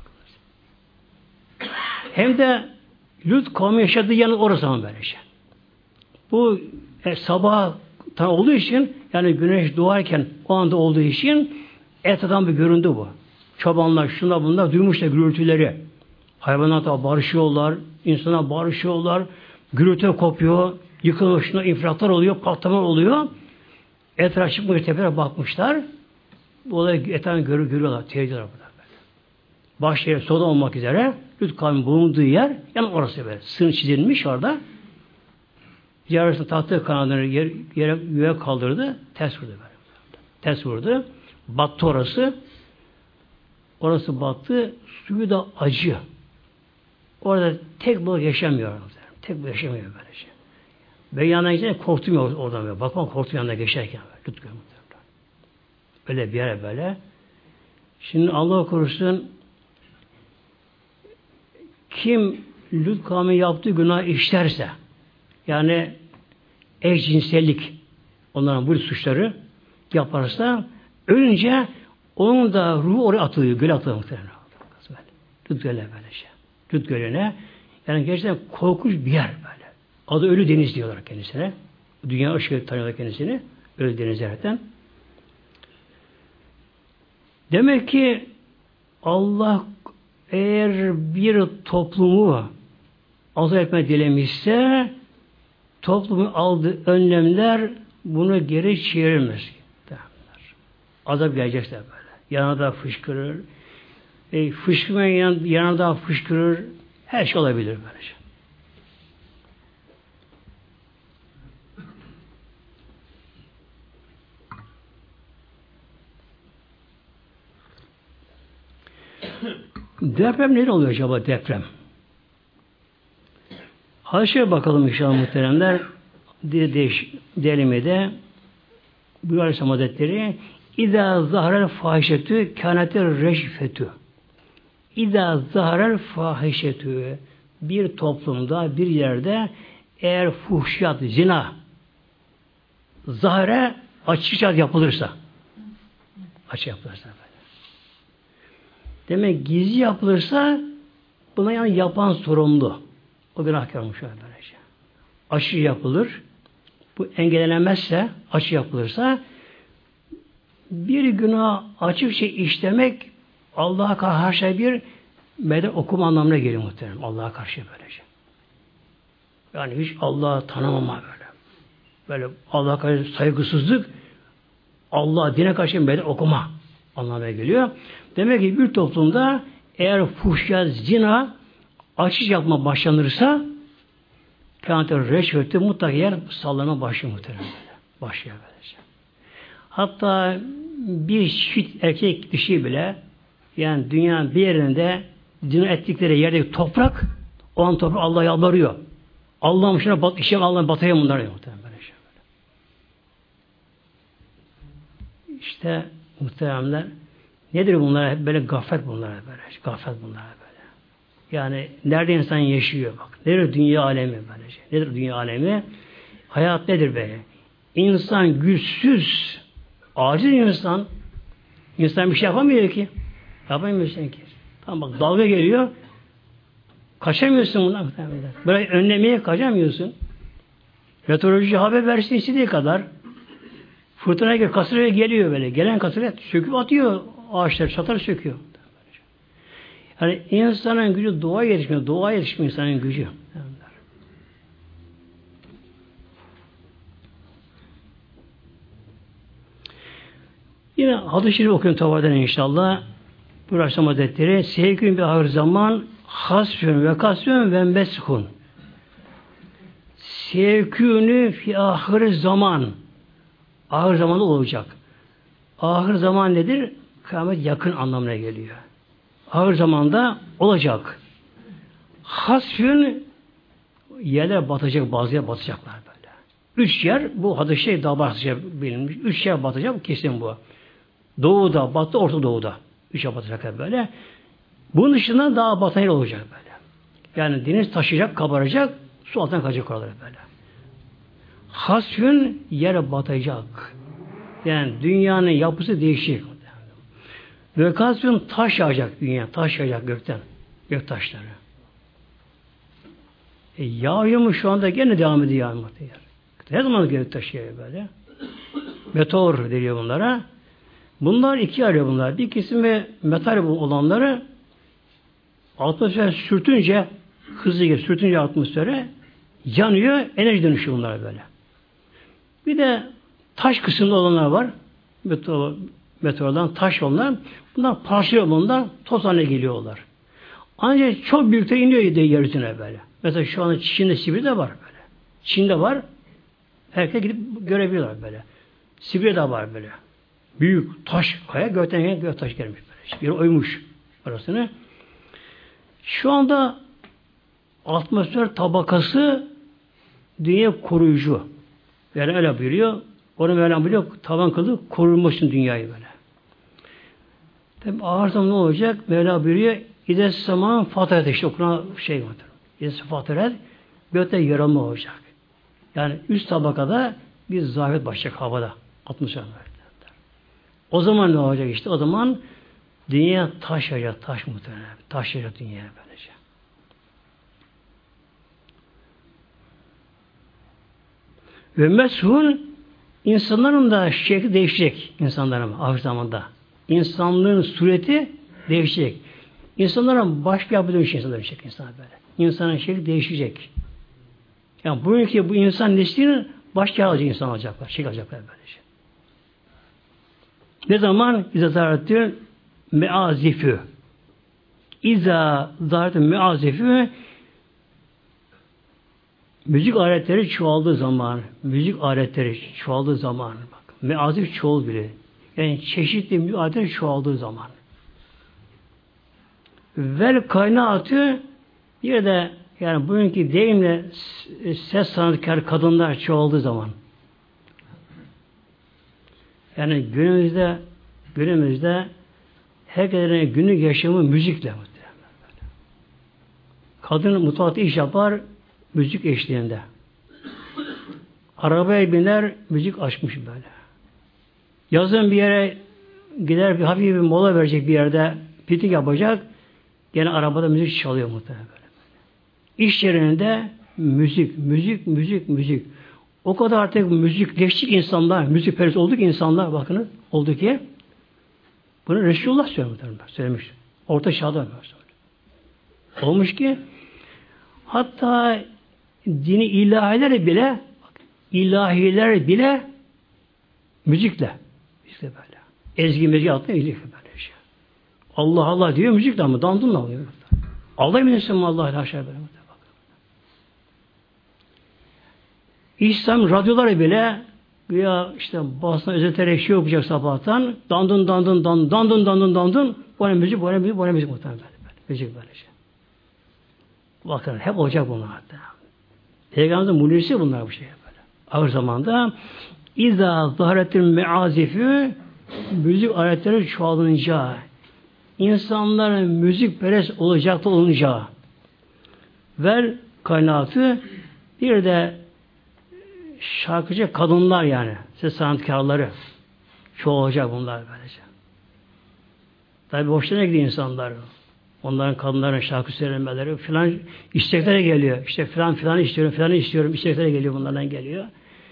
Hem de Lüt kavmi yaşadığı yanı orası ama böyle şey. Bu e, sabah olduğu için yani güneş doğarken o anda olduğu için etraftan bir göründü bu. Çobanlar, şunlar bunlar duymuşlar gürültüleri. Hayvanlar barışıyorlar, insana barışıyorlar, gürültü kopuyor, yıkılma, şuna infilaklar oluyor, patlama oluyor. Etraf çıkmış tepelere bakmışlar. Bu olayı etrafını görü, görüyorlar, tehlikeliyorlar burada. Başları soda olmak üzere Lüt kavminin bulunduğu yer yani orası böyle. Sınır çizilmiş orada. Yarısını tahtığı kanadını yer, yere, yere kaldırdı. Ters vurdu böyle. Ters vurdu. Battı orası. Orası battı. Suyu da acı. Orada tek balık yaşamıyor. Tek balık yaşamıyor böyle şey. Ben yanına geçerken korktum oradan böyle. Bakma korktum yanına geçerken. Lüt kavmi. Öyle bir yere böyle. Şimdi Allah korusun kim Lüt kavmi yaptığı günah işlerse yani eşcinsellik onların bu suçları yaparsa ölünce onun da ruhu oraya atılıyor. Göle atılıyor muhtemelen. Lüt Gölü'ne böyle şey. Lüt Gölü'ne yani gerçekten korkunç bir yer böyle. Adı Ölü Deniz diyorlar kendisine. Dünya ışığı tanıyorlar kendisini. Ölü Deniz zaten. Demek ki Allah eğer bir toplumu azap etme dilemişse toplumun aldığı önlemler bunu geri çevirmez. Azap gelecekler böyle. Yanına fışkırır. E, fışkırmayan yanına fışkırır. Her şey olabilir böylece. Deprem nedir oluyor acaba deprem? Hadi şöyle bakalım inşallah muhteremler. Delimede bu Aleyhisselam Hazretleri İzâ zaharel fâhişetü kânetir reşfetü. İzâ zaharel fâhişetü. Bir toplumda, bir yerde eğer fuhşiyat, zina zahare açıkça yapılırsa açık yapılırsa böyle. Demek gizli yapılırsa buna yani yapan sorumlu. O günahkar olmuş böylece. Açık yapılır. Bu engellenemezse, açık yapılırsa bir günah açıkça işlemek Allah'a karşı bir meden okuma anlamına geliyor muhtemelen. Allah'a karşı böylece. Yani hiç Allah'ı tanımama böyle. Böyle Allah'a karşı saygısızlık, Allah dine karşı meden okuma anlamına geliyor. Demek ki bir toplumda eğer fuhşiyat, zina açık yapma başlanırsa kânetir reşveti mutlaka yer sallama başlıyor muhtemelen. Başlıyor böylece. Hatta bir çift erkek dişi bile yani dünyanın bir yerinde zina ettikleri yerdeki toprak o an toprak Allah'a yalvarıyor. Allah'ım şuna bat, işe Allah'ım batayım bunları muhtemelen böyle şey böyle. İşte muhteremler nedir bunlar? Hep böyle gaflet bunlar böyle. Gaflet bunlar böyle. Yani nerede insan yaşıyor bak. Nedir dünya alemi böylece? Nedir dünya alemi? Hayat nedir böyle? İnsan güçsüz, aciz insan. İnsan bir şey yapamıyor ki. Yapamıyorsun ki. Tamam bak dalga geliyor. Kaçamıyorsun bundan. Böyle önlemeye kaçamıyorsun. Meteoroloji haber versin istediği kadar. Fırtına geliyor, kasırga geliyor böyle. Gelen kasırga söküp atıyor ağaçları, çatar söküyor. Yani insanın gücü doğaya yetişmiyor. Doğaya yetişmiyor insanın gücü. Yine hadis-i şerif okuyun tavardan inşallah. Bu Aleyhisselam Hazretleri sevgün bir ahir zaman hasfün ve kasfün ve meshun. Sevkünü fi ahir zaman. Ahir zamanda olacak. Ahir zaman nedir? Kıyamet yakın anlamına geliyor. Ahir zamanda olacak. Hasfün yerler batacak, bazı yer batacaklar böyle. Üç yer, bu hadis-i şerif daha başlıca bilinmiş. Üç yer batacak, kesin bu. Doğuda, batı, Orta Doğu'da. Üç yer batacak böyle. Bunun dışında daha batı yer olacak böyle. Yani deniz taşıyacak, kabaracak, su altından kaçacak oralara böyle. Hasfün yere batacak. Yani dünyanın yapısı değişik. Ve kasfün taş yağacak dünya, taş yağacak gökten. Gök taşları. E, yağıyor mu şu anda gene devam ediyor yağmur. Her zaman gök taşı yağıyor böyle. Meteor deniyor bunlara. Bunlar iki arıyor bunlar. Bir kısmı metal olanları atmosfer sürtünce hızlı gibi sürtünce atmosfere yanıyor, enerji dönüşüyor bunlar böyle. Bir de taş kısımda olanlar var. Meteor, meteordan taş olanlar. Bunlar parçalıyor bunlar. Toz haline geliyorlar. Ancak çok büyükte iniyor yeryüzüne böyle. Mesela şu anda Çin'de Sibir'de var böyle. Çin'de var. Herkes gidip görebiliyorlar böyle. Sibir'de var böyle. Büyük taş kaya gökten gelen gök taş gelmiş böyle. Bir oymuş orasını. Şu anda atmosfer tabakası dünya koruyucu. Yani öyle buyuruyor. Onu Mevlam biliyor. Taban kıldı korunmak için dünyayı böyle. Tabi ağır zaman ne olacak? Mevla buyuruyor. İdes zaman fatiret işte okuna şey vardır. İdes fatiret gökte yarılma olacak. Yani üst tabakada bir zafiyet başlayacak havada. Atmosfer. O zaman ne olacak işte? O zaman dünya taşacak, taş muhtemelen. Taşacak dünya böylece. Ve meshun insanların da şekli değişecek insanların ahir zamanda. İnsanlığın sureti değişecek. İnsanların başka yapı dönüşecek insanlar dönüşecek insanlar böyle. İnsanın şekli değişecek. Yani bugünkü bu insan neslinin başka alacak insan olacaklar. Şekil alacaklar böylece. Ne zaman? İza zaretü meazifü. İza zaretü meazifü müzik aletleri çoğaldığı zaman, müzik aletleri çoğaldığı zaman, bak, meazif çoğul bile. Yani çeşitli müzik aletleri çoğaldığı zaman. Vel kainatı bir de yani bugünkü deyimle ses sanatkar kadınlar çoğaldığı zaman yani günümüzde günümüzde herkesin günlük yaşamı müzikle. Kadın mutfakta iş yapar müzik eşliğinde. Arabaya biner müzik açmış böyle. Yazın bir yere gider bir hafif bir mola verecek bir yerde pitik yapacak. Gene arabada müzik çalıyor muhtemelen böyle. İş yerinde müzik, müzik, müzik, müzik. O kadar artık müzikleştik insanlar, müzikperest olduk insanlar bakın oldu ki bunu Resulullah söylemiş. söylemiş. Orta çağda olmuş ki hatta dini ilahiler bile ilahiler bile müzikle işte böyle. Ezgi mezgi altında müzik böyle şey. Allah Allah diyor müzikle ama dandunla oluyor. Allah eminsin mi Allah'la aşağı böyle. İslam radyoları bile ya işte basına özeterek şey yapacak sabahtan dandun dandun dandun dandun dandun dandun bu ne müzik bu ne müzik bu ne müzik muhtemelen böyle. Müzik böyle şey. Bakın hep olacak bunlar hatta. Peygamberimizin mucizesi bunlar bu şey böyle. Ağır zamanda İza zaharetül meazifü müzik aletleri çoğalınca insanların müzikperest olacakta olunca ver kainatı bir de şarkıcı kadınlar yani ses sanatkarları çoğalacak bunlar böylece. Tabi hoşlarına gidiyor insanlar. Onların kadınların şarkı söylemeleri filan isteklere geliyor. İşte filan filan istiyorum, filan istiyorum. İsteklere geliyor bunlardan geliyor.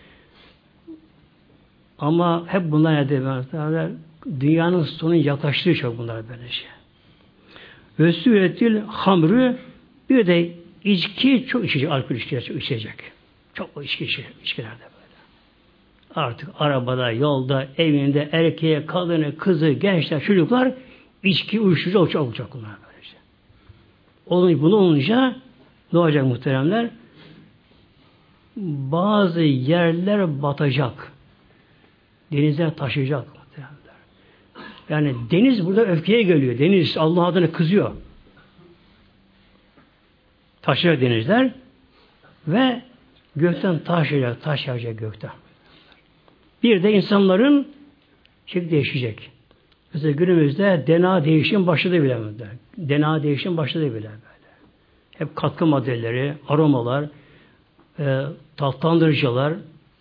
Ama hep bunlar nedir? Dünyanın sonu yaklaştığı çok bunlar böylece. Ve süretil hamrı bir de içki çok içecek. Alkol içkiler çok içecek. Çok içki içkilerde böyle. Artık arabada, yolda, evinde, erkeğe, kadını, kızı, gençler, çocuklar içki, uyuşturucu olacak olacak bunlar böylece. Olun, bunu olunca ne olacak muhteremler? Bazı yerler batacak. Denizler taşıyacak muhteremler. Yani deniz burada öfkeye geliyor. Deniz Allah adına kızıyor. Taşıyacak denizler ve gökten taş yağacak, taş yağacak gökten. Bir de insanların şekli değişecek. Mesela günümüzde D N A değişim başladı bile. D N A değişim başladı bile böyle. Hep katkı maddeleri, aromalar, e, tatlandırıcılar,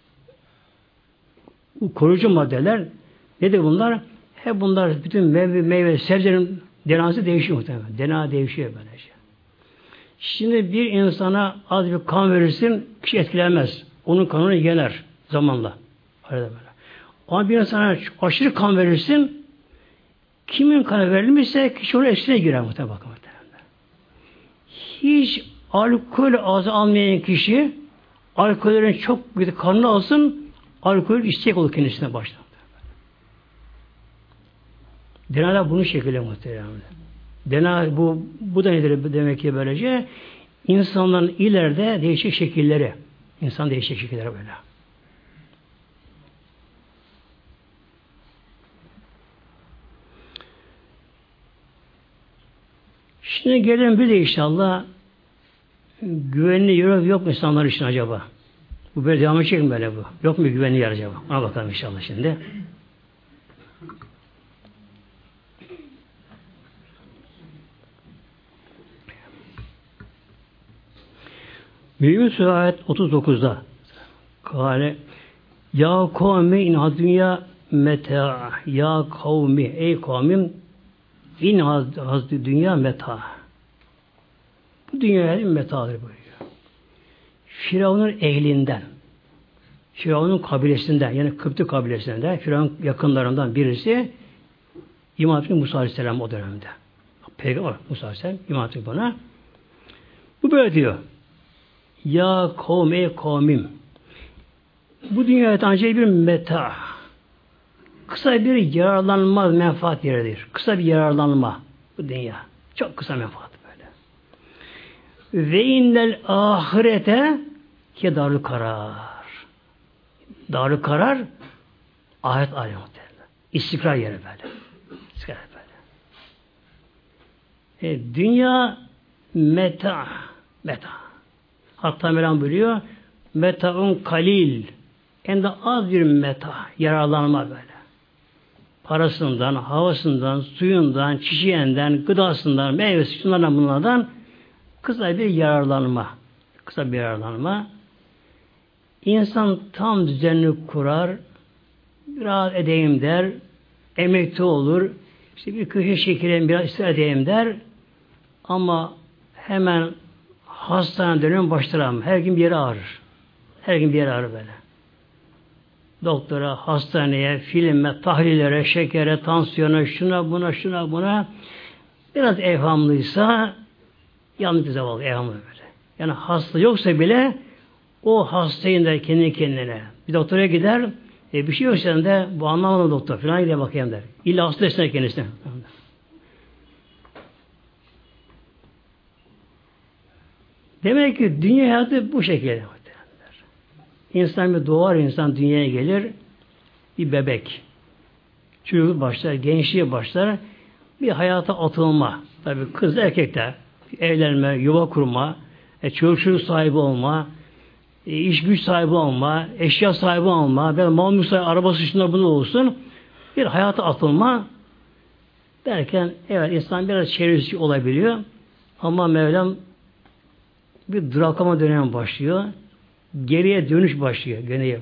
koruyucu maddeler nedir bunlar? Hep bunlar bütün meyve, meyve sebzelerin D N A'sı değişiyor muhtemelen. D N A değişiyor böylece. Şimdi bir insana az bir kan verirsin, kişi etkilenmez. Onun kanını yener zamanla. Öyle böyle. Ama bir insana aşırı kan verirsin, kimin kanı verilmişse kişi onun etkisine girer muhtemelen. Bakın muhtemelen. Hiç alkol ağzı almayan kişi alkollerin çok bir kanını alsın, alkol istek olur kendisine başlar. D N A bunu şekilde muhtemelen. D N A bu, bu da nedir demek ki böylece? İnsanların ileride değişik şekilleri. İnsan değişik şekilleri böyle. Şimdi gelelim bir de inşallah güvenli yer yok mu insanlar için acaba? Bu böyle devam edecek mi böyle bu? Yok mu güvenli yer acaba? Ona bakalım inşallah şimdi. Mümin Suresi ayet otuz dokuzda Kale Ya kavmi in dünya meta Ya kavmi ey kavmim in hazdı dünya meta. Bu dünya metadır buyuruyor. Firavun'un ehlinden Firavun'un kabilesinden yani Kıpti kabilesinden Firavun yakınlarından birisi İmam Hatip Musa Aleyhisselam o dönemde. Peygamber Musa Aleyhisselam İmam Hatip bana bu böyle diyor. Ya kavm ey kavmim. Bu dünyada ancak bir meta. Kısa bir yararlanma menfaat yeridir. Kısa bir yararlanma bu dünya. Çok kısa menfaat böyle. Ve innel ahirete ki darü karar. Darü karar ahiret alemi. İstikrar yeri böyle. İstikrar böyle. E, dünya meta. Meta. Hatta Mevlam buyuruyor. Metaun kalil. En de az bir meta. Yararlanma böyle. Parasından, havasından, suyundan, çiçeğinden, gıdasından, meyvesi, şunlardan bunlardan kısa bir yararlanma. Kısa bir yararlanma. İnsan tam düzenli kurar, biraz edeyim der, emekli olur, işte bir köşe çekileyim, biraz istirahat edeyim der, ama hemen hastane dönüyorum başlarım. Her gün bir yere ağrır. Her gün bir yere ağrır böyle. Doktora, hastaneye, filme, tahlillere, şekere, tansiyona, şuna buna, şuna buna biraz evhamlıysa yanlış bir zavallı, evhamlı böyle. Yani hasta yoksa bile o hastayın der kendi kendine. Bir doktora gider, e, bir şey yoksa de bu anlamadım doktor falan gider bakayım der. İlla hasta etsinler kendisine. Demek ki dünya hayatı bu şekilde. İnsan bir doğar, insan dünyaya gelir, bir bebek. Çocuk başlar, gençliğe başlar, bir hayata atılma. Tabii kız erkekte evlenme, yuva kurma, e, çocuk sahibi olma, e, iş güç sahibi olma, eşya sahibi olma, böyle mal mülk sahibi, arabası şunlar bunu olsun, bir hayata atılma derken evet insan biraz çevresi olabiliyor ama Mevlam bir duraklama dönemi başlıyor. Geriye dönüş başlıyor. Geriye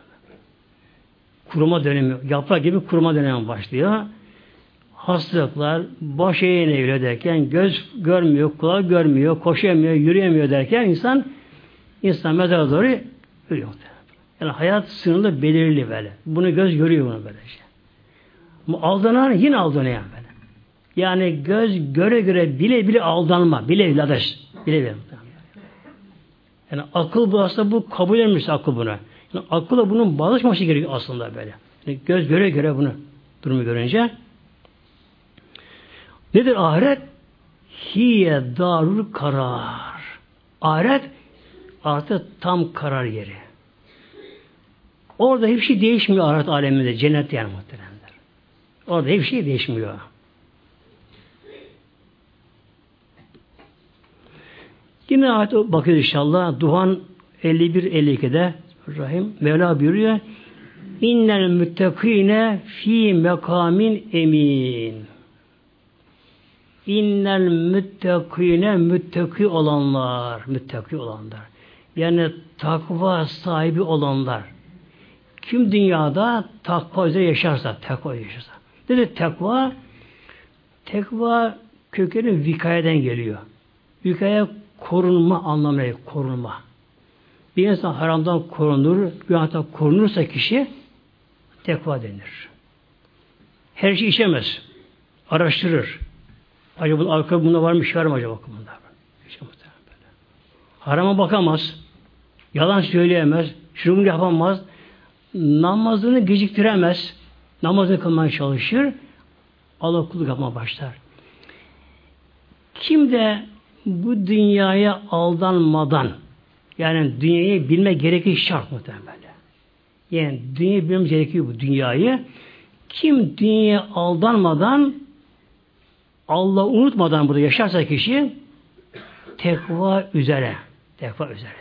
kuruma dönemi, yaprak gibi kuruma dönemi başlıyor. Hastalıklar, baş eğine derken göz görmüyor, kulak görmüyor, koşamıyor, yürüyemiyor derken insan insan mezara doğru yürüyor. Yani hayat sınırlı, belirli böyle. Bunu göz görüyor bunu böylece. Bu aldanan yine aldanıyor böyle. Yani göz göre göre bile bile aldanma, bile bile adaş, bile bile. Yani akıl bu aslında bu kabul edilmiş akıl buna. Yani akılla bunun bağlaşması gerekiyor aslında böyle. Yani göz göre göre bunu durumu görünce. Nedir ahiret? Hiye darul karar. Ahiret artık tam karar yeri. Orada hiçbir şey değişmiyor ahiret aleminde. Cennet yani muhteremler. Orada hiçbir şey değişmiyor. Yine ayet bakıyoruz inşallah. Duhan elli bir elli iki'de Rahim Mevla buyuruyor. İnnel müttekine fi mekamin emin. İnnel müttekine müttaki olanlar. Müttaki olanlar. Yani takva sahibi olanlar. Kim dünyada takva üzere yaşarsa, takva yaşarsa. Dedi takva, takva kökeni vikayeden geliyor. Vikaya korunma anlamına geliyor, korunma. Bir insan haramdan korunur, günahtan korunursa kişi takva denir. Her şey içemez. Araştırır. Acaba bunun arka bunda var mı, şey var mı acaba bunda? Harama bakamaz. Yalan söyleyemez. Şunu bunu yapamaz. Namazını geciktiremez. Namazını kılmaya çalışır. Allah kulluk yapmaya başlar. Kim de bu dünyaya aldanmadan, yani dünyayı bilme gerekir şart muhtemelen. Yani dünyayı bilmemiz gerekiyor bu dünyayı. Kim dünyaya aldanmadan, Allah unutmadan burada yaşarsa kişi tekva üzere. Tekva üzere.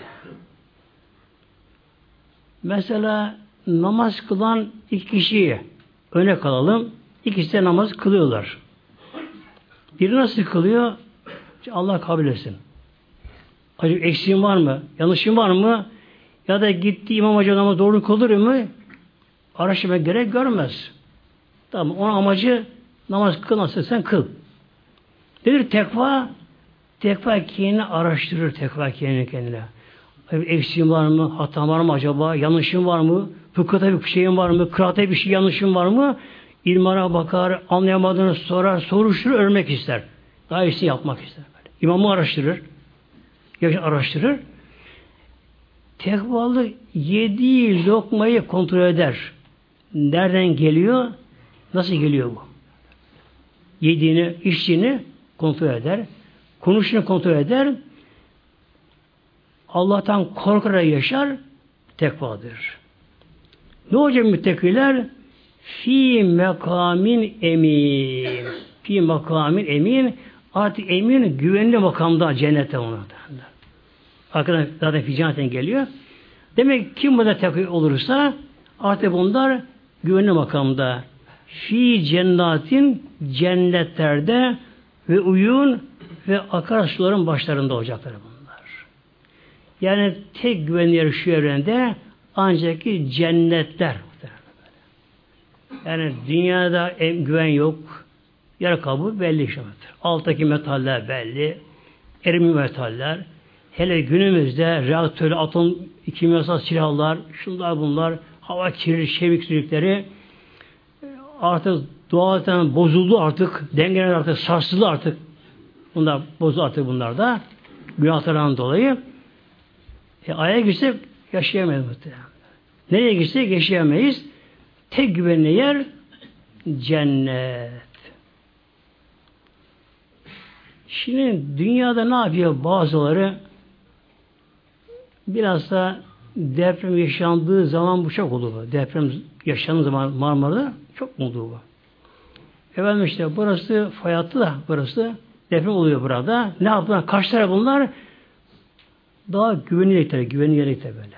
Mesela namaz kılan iki kişiyi öne kalalım. İkisi de namaz kılıyorlar. Biri nasıl kılıyor? Allah kabul etsin. Acaba eksiğim var mı? Yanlışım var mı? Ya da gitti imam acaba namaz doğru kılır mı? Araştırma gerek görmez. Tamam. Onun amacı namaz kıl nasıl sen kıl. Nedir tekva? Tekva kendini araştırır. Tekva kendini kendine. Eksiğim var mı? Hatam var mı acaba? Yanlışım var mı? Fıkıhta bir şeyim var mı? Kıraatta bir şey yanlışım var mı? İlmana bakar, anlayamadığını sorar, soruşturur, örmek ister. Daha iyisini yapmak ister. Böyle. İmamı araştırır. Araştırır. Tekvalı yediği lokmayı kontrol eder. Nereden geliyor? Nasıl geliyor bu? Yediğini, içtiğini kontrol eder. Konuştuğunu kontrol eder. Allah'tan korkarak yaşar. Tekvadır. Ne olacak müttakiler? Fi mekamin emin. Fi mekamin emin. Artık emin, güvenli makamda cennette ona. Arkadan zaten fi cennetten geliyor. Demek ki kim burada tekrar olursa artık bunlar güvenli makamda. Fi cennetin cennetlerde ve uyun ve akarsuların başlarında olacaklar bunlar. Yani tek güvenli yer şu evrende ancak ki cennetler. Yani dünyada güven yok. Yer kabuğu belli işte. Alttaki metaller belli. Erimi metaller. Hele günümüzde reaktör, atom, kimyasal silahlar, şunlar bunlar, hava kirli, çevik sürükleri artık doğadan bozuldu artık. Dengeler artık sarsıldı artık. Bunlar bozuldu artık bunlar da. Günahlarından dolayı. E, Ay'a girsek yaşayamayız muhtemelen. Nereye girsek yaşayamayız. Tek güvenli yer cennet. Şimdi dünyada ne yapıyor bazıları? Biraz da deprem yaşandığı zaman bu çok oldu bu. Deprem yaşandığı zaman Marmara'da çok oldu bu. Efendim işte burası fay hattı da burası deprem oluyor burada. Ne yaptılar? Kaç tane bunlar? Daha güvenilir, güvenilir böyle.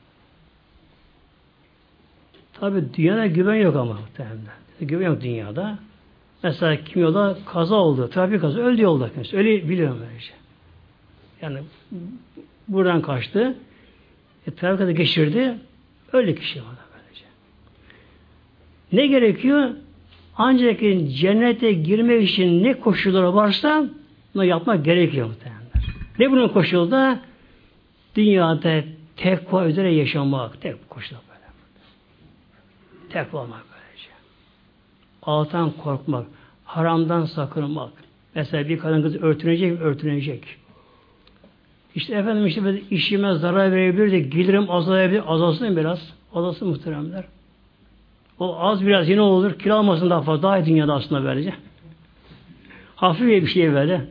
Tabi dünyada güven yok ama muhtemelen. Güven yok dünyada. Mesela kim yolda kaza oldu, trafik kaza, öldü yolda. Öyle biliyorum böylece. Yani buradan kaçtı, e, trafik kaza geçirdi, öyle kişi var böylece. Ne gerekiyor? Ancak cennete girmek için ne koşulları varsa bunu yapmak gerekiyor muhtemelen. Ne bunun koşulu da? Dünyada tekva üzere yaşamak. Tek koşulu böyle. Tekva olmak böylece. Allah'tan korkmak. Haramdan sakınmak. Mesela bir kadın kız örtünecek, örtünecek. İşte efendim işte işime zarar verebilir de gelirim azalabilir, azalsın biraz. Azalsın muhteremler. O az biraz yine olur. Kilo almasın daha fazla. Daha iyi dünyada aslında böylece. Hafif bir şey böyle.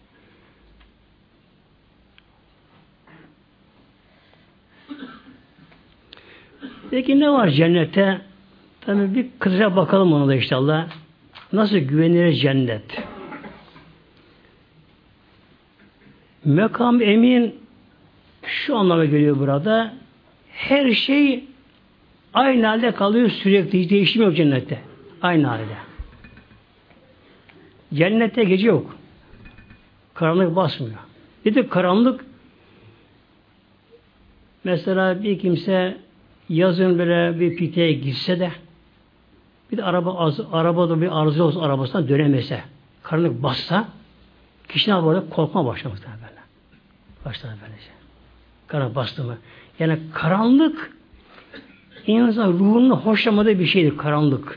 Peki ne var cennette? Tabii bir kısaca bakalım ona da inşallah. Nasıl güvenilir cennet? Mekam emin şu anlama geliyor burada. Her şey aynı halde kalıyor sürekli. Hiç değişim yok cennette. Aynı halde. Cennette gece yok. Karanlık basmıyor. Bir de karanlık mesela bir kimse yazın böyle bir piteye gitse de bir de araba az, arabada bir arıza olsa arabasına dönemese, karanlık bassa kişi ne yapar? Korkma başlamış böyle. Başlar böylece. Karanlık bastı mı? Yani karanlık insan ruhunun hoşlamadığı bir şeydir karanlık.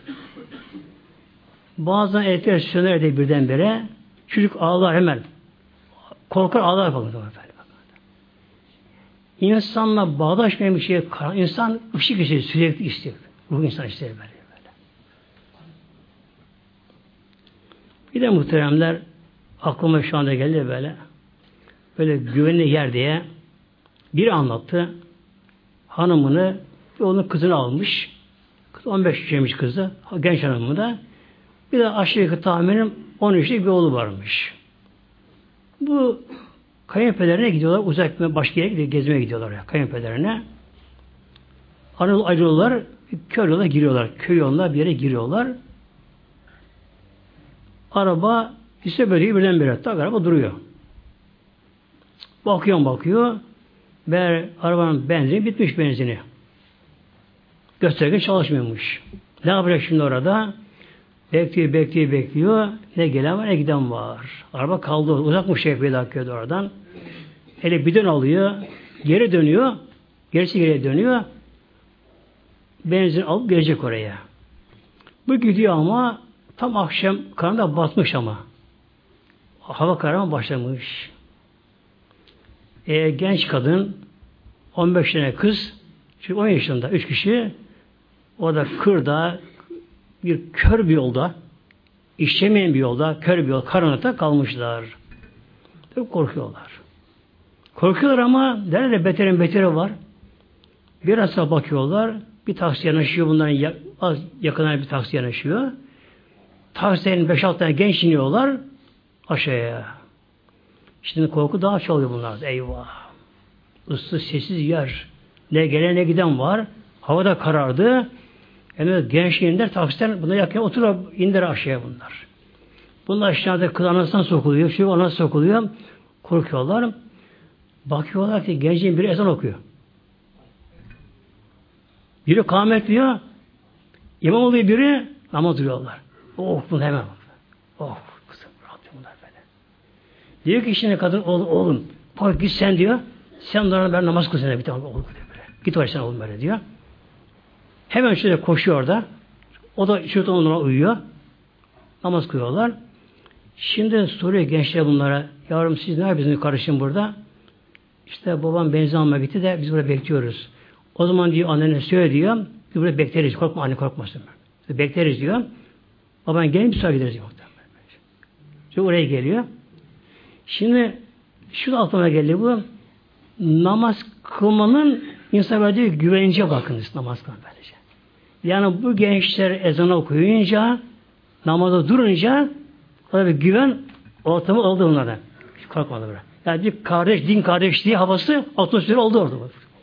Bazen elektrikler söner de birdenbire çocuk ağlar hemen. Korkar ağlar bakın. İnsanla bağdaşmayan bir şey insan ışık istiyor, sürekli istiyor. Ruh insan istiyor böyle. böyle. Bir de muhteremler aklıma şu anda geldi böyle. Böyle güvenli yer diye biri anlattı. Hanımını ve onun kızını almış. Kız on beş yaşındaymış kızı. Genç hanımı da. Bir de aşağı yukarı tahminim on yaşında bir oğlu varmış. Bu kayınpederine gidiyorlar. Uzak başka yere gidiyor. Gezmeye gidiyorlar. Ya, kayınpederine. Ayrılıyorlar. Köy yoluna giriyorlar. Köy yoluna bir yere giriyorlar. Araba ise böyle birdenbire. Tak araba duruyor. Bakıyor bakıyor. Ve arabanın benzini bitmiş benzini. Gösterge çalışmıyormuş. Ne yapacak şimdi orada? Bekliyor, bekliyor, bekliyor. Ne gelen var, ne giden var. Araba kaldı. Uzakmış şey dakikada oradan. Hele bidon alıyor. Geri dönüyor. Gerisi geriye dönüyor. Benzin alıp gelecek oraya. Bu gidiyor ama tam akşam karanlığa batmış ama. Hava kararma başlamış. E, genç kadın on beş tane kız çünkü on yaşında üç kişi o da kırda bir kör bir yolda işlemeyen bir yolda kör bir yol karanlıkta kalmışlar. Çok korkuyorlar. Korkuyorlar ama nerede beterin beteri var. Biraz daha bakıyorlar. Bir taksi yanaşıyor. Bunların az yakınlar bir taksi yanaşıyor. Taksinin beş altı tane genç iniyorlar. aşağıya. Şimdi korku daha çalıyor bunlar. Eyvah. Issız sessiz yer. Ne gelen ne giden var. Havada karardı. Yani gençliğinler taksiden buna yakın oturup indir aşağıya bunlar. Bunlar aşağıda kız anasından sokuluyor. Şu anasından sokuluyor. Korkuyorlar. Bakıyorlar ki gençliğin biri ezan okuyor. Biri kâhmet diyor. İmam oluyor biri namaz duruyorlar. Oh bunu hemen. Oh kızım Rabbim bunlar böyle. Diyor ki şimdi kadın oğlum, oğlum bak git sen diyor. Sen onlara ben namaz kılsana bir tane oğlum diyor böyle. Git oraya sen oğlum böyle diyor. Hemen şöyle koşuyor orada. O da şurada onlara uyuyor. Namaz kılıyorlar. Şimdi soruyor gençler bunlara. Yavrum siz ne yapıyorsunuz kardeşim burada? İşte babam benzin almaya gitti de biz burada bekliyoruz. O zaman diyor annene söyle diyor. Biz burada bekleriz. Korkma anne korkmasın. İşte bekleriz diyor. Baban gelin bir sonra gideriz diyor. Şimdi oraya geliyor. Şimdi şu aklıma geldi bu. Namaz kılmanın insan verdiği güvence bakınız namaz kılmanın böylece. Yani bu gençler ezanı okuyunca namaza durunca orada bir güven ortamı oldu onlara. Hiç korkmadı böyle. Yani bir kardeş, din kardeşliği havası atmosferi oldu orada.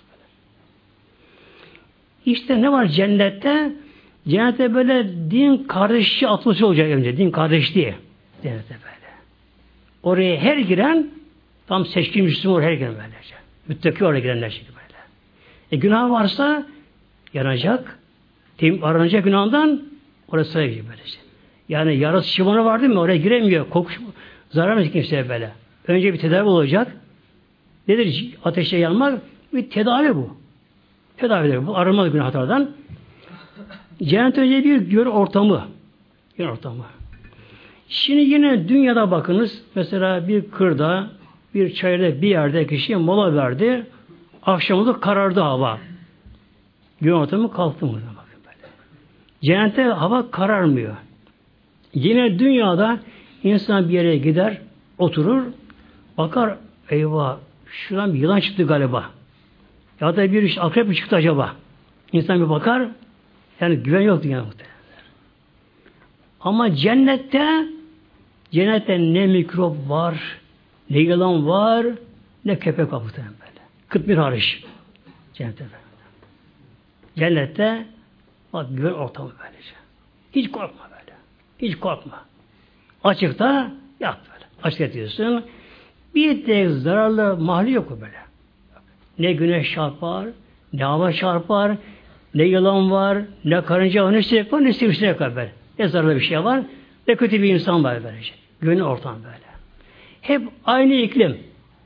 İşte ne var cennette? Cennette böyle din kardeşliği atmosferi olacak önce. Din kardeşliği. Cennette böyle. Oraya her giren tam seçkin Müslüman her giren böylece. Müttaki oraya girenler şimdi böyle. E günah varsa yanacak. Tim aranacak günahından oraya sıraya girecek böylece. Yani yarası şımanı var değil mi? Oraya giremiyor. Kokuş, zarar vermeyecek kimseye böyle. Önce bir tedavi olacak. Nedir ateşe yanmak? Bir tedavi bu. Tedavidir bu. Arınmaz günahlardan. Cennet önce bir gör ortamı. Gör ortamı. Şimdi yine dünyada bakınız. Mesela bir kırda, bir çayırda bir yerde kişi mola verdi. Akşamında karardı hava. Gün ortamı kalktı mı? Bakın böyle. Cennette hava kararmıyor. Yine dünyada insan bir yere gider, oturur, bakar, eyvah, şuradan bir yılan çıktı galiba. Ya da bir akrep mi çıktı acaba? İnsan bir bakar, yani güven yok dünyada muhtemelen. Ama cennette, cennette ne mikrop var, ne yılan var, ne köpek var muhtemelen böyle. Kıt bir hariç. Cennette böyle. Cennette, bak güven ortamı böylece. Hiç korkma böyle. Hiç korkma. Açıkta yat böyle. Açık yatıyorsun. Bir tek zararlı mahli yok böyle. Ne güneş çarpar, ne hava çarpar, ne yılan var, ne karınca var, ne sinek var, ne sivrisinek var böyle. Ne zararlı bir şey var, ne kötü bir insan var böylece. Güven ortam böyle. Hep aynı iklim.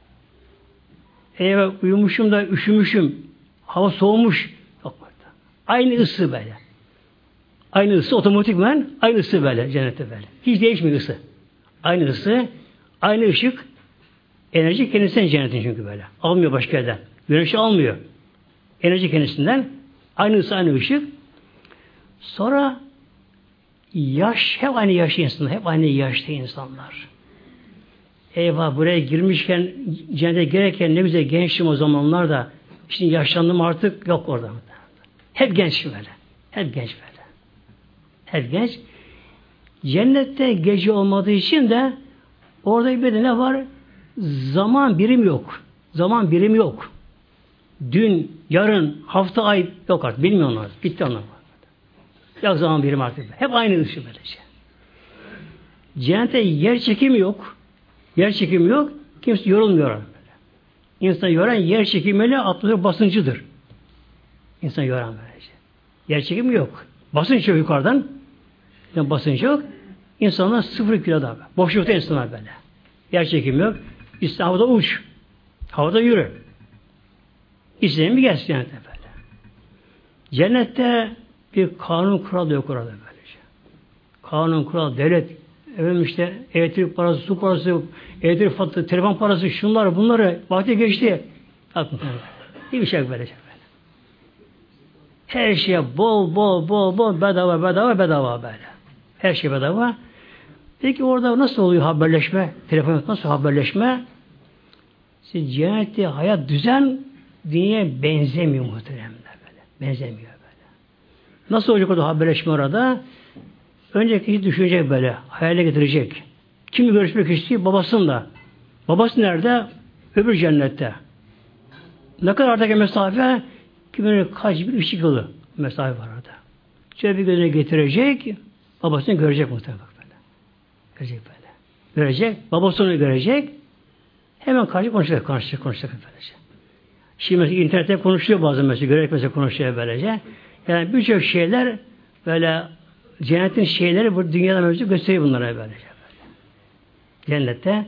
Eğer uyumuşum da üşümüşüm, hava soğumuş. Yok burada. Aynı ısı böyle. Aynı ısı otomatikman aynı ısı böyle cennette böyle. Hiç değişmiyor ısı. Aynı ısı, aynı ışık, enerji kendisinden cennetin çünkü böyle. Almıyor başka yerden. Güneşi almıyor. Enerji kendisinden. Aynı ısı, aynı ışık. Sonra yaş, hep aynı yaşlı insanlar. Hep aynı yaşlı insanlar. Eyvah buraya girmişken, cennete girerken ne güzel gençtim o zamanlar da şimdi yaşlandım artık yok orada. Hep genç böyle. Hep genç böyle. Hep genç. Cennette gece olmadığı için de orada bir de ne var? Zaman birim yok. Zaman birim yok. Dün, yarın, hafta, ay yok artık. Bilmiyorlar. Bitti onlar. Yok zaman birim artık. Hep aynı ışık böylece. Cennette yer çekimi yok. Yer çekimi yok. Kimse yorulmuyor. Böyle. İnsan yoran yer çekimiyle atmosfer basıncıdır. İnsan yoran böylece. Yer çekimi yok. Basınç yok yukarıdan. Yani basınç yok. İnsanlar sıfır kiloda. Boşlukta insanlar böyle. Yer çekimi yok. İşte havada uç. Havada yürü. İsteyen bir gelsin cennete böyle. Cennette bir kanun kural yok orada böylece. Kanun kural, devlet, efendim işte elektrik parası, su parası, elektrik faturası, telefon parası, şunlar bunları vakti geçti. Bir şey böylece. Her şeye bol bol bol bol bedava bedava bedava böyle. Her şey bedava. Peki orada nasıl oluyor haberleşme? Telefon nasıl haberleşme? İşte cennette hayat düzen dünyaya benzemiyor muhtemelen böyle. Benzemiyor böyle. Nasıl olacak orada haberleşme orada? Önce kişi düşünecek böyle. Hayale getirecek. Kimi görüşmek istiyor? Babasınınla. Babası nerede? Öbür cennette. Ne kadar aradaki mesafe? Kimin kaç bir ışık yılı mesafe var orada. Şöyle bir gözüne getirecek, babasını görecek muhtemelen böyle. Görecek böyle. Görecek, babası onu görecek. Hemen karşı konuşacak, konuşacak, konuşacak böylece. Şimdi mesela internette konuşuyor bazen mesela, görerek mesela konuşuyor böylece. Yani birçok şeyler böyle cennetin şeyleri bu dünyada mevcut gösteriyor bunlara böylece. Böyle. Cennette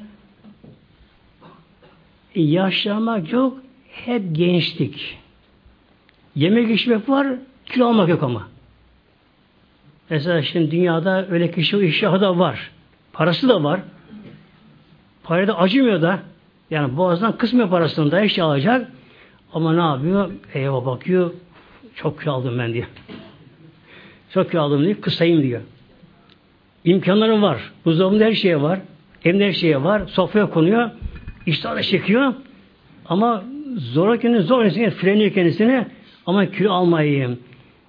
yaşlanmak yok, hep gençlik. Yemek içmek var, kilo almak yok ama. Mesela şimdi dünyada öyle kişi iştahı da var. Parası da var. Parayı da acımıyor da. Yani boğazdan kısmıyor parasını da eşya alacak. Ama ne yapıyor? Eyvah bakıyor. Çok kilo aldım ben diyor. Çok kilo aldım diyor. Kısayım diyor. İmkanları var. Buzdolabında her şeye var. Evde her şeye var. Sofraya konuyor. İştah da çekiyor. Ama zor kendini zor kendisini freniyor kendisini. Ama kilo almayayım.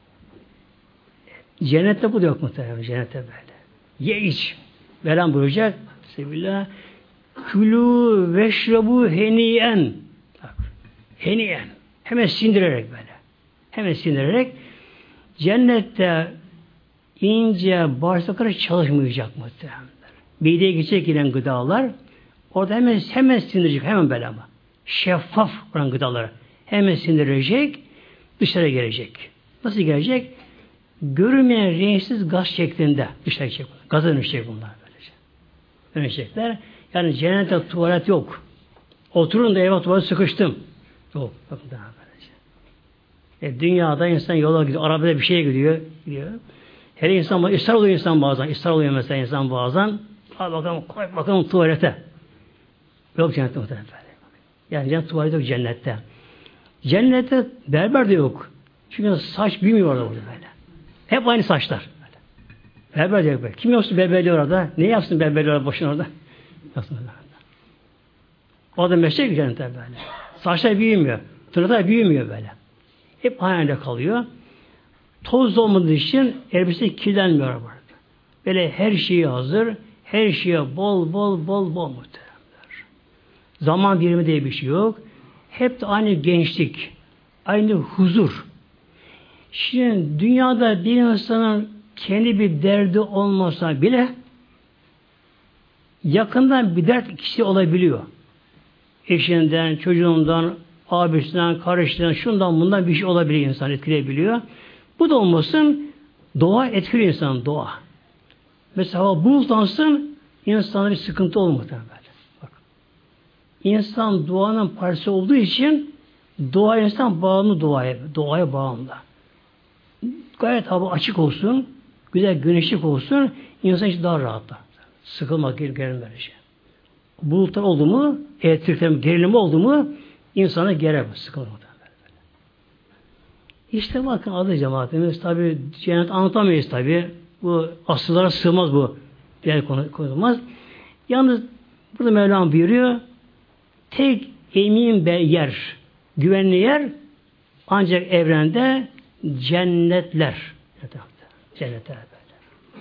Cennette bu da yok muhtemelen. Cennette böyle. Ye iç. Veren buyuracak. Bismillah. Külü veşrebu heniyen. Heniyen. Hemen sindirerek böyle. Hemen sindirerek cennette ince bağırsakları çalışmayacak muhtemelen. Mideye geçecek giden gıdalar orada hemen hemen sindirecek. Hemen böyle ama. Şeffaf olan gıdaları. Hemen sindirecek. Dışarı gelecek. Nasıl gelecek? Görünmeyen renksiz gaz şeklinde dışarı gelecek. Gaza dönüşecek bunlar böylece. Dönüşecekler. Yani cennette tuvalet yok. Oturun da eyvah tuvalet sıkıştım. Yok. Bakın daha böylece. E, dünyada insan yola gidiyor. Arabada bir şeye gidiyor. gidiyor. Her insan ısrar oluyor insan bazen. Israr oluyor mesela insan bazen. Hadi bakalım, bakalım tuvalete. Yok cennette muhtemelen. Yani cennet tuvaleti yok cennette. Cennette berber de yok. Çünkü saç büyümüyor orada burada böyle. Hep aynı saçlar. Böyle. Berber de yok böyle. Kim yapsın berberliği orada? Ne yapsın berberliği orada boşuna orada? Yapsın orada. Orada meşrek cennette böyle. Saçlar büyümüyor. Tırnaklar büyümüyor böyle. Hep aynı kalıyor. Toz olmadığı için elbise kirlenmiyor burada. Böyle her şeyi hazır. Her şeye bol bol bol bol muhteremler. Zaman birimi diye bir şey yok. Hep de aynı gençlik. Aynı huzur. Şimdi dünyada bir insanın kendi bir derdi olmasa bile yakından bir dert kişi olabiliyor. Eşinden, çocuğundan, abisinden, kardeşinden, şundan bundan bir şey olabiliyor, insan etkileyebiliyor. Bu da olmasın, doğa etkiliyor insan, doğa. Mesela bulutlansın, insanlara bir sıkıntı olmadı böyle. Bak. İnsan doğanın parçası olduğu için doğa insan bağımlı doğaya, doğaya bağımlı. Gayet hava açık olsun, güzel güneşlik olsun, insan için daha rahatlar. Sıkılmak gelir böyle şey. Bulutlar oldu mu, elektriklerin gerilimi oldu mu, insana gerer bu sıkılmadan. İşte bakın adı cemaatimiz tabi cennet anlatamayız tabi. Bu asıllara sığmaz bu. Yer konulmaz. Yalnız burada Mevlam buyuruyor, tek emin bir yer, güvenli yer ancak evrende cennetler. Cennetler böyle.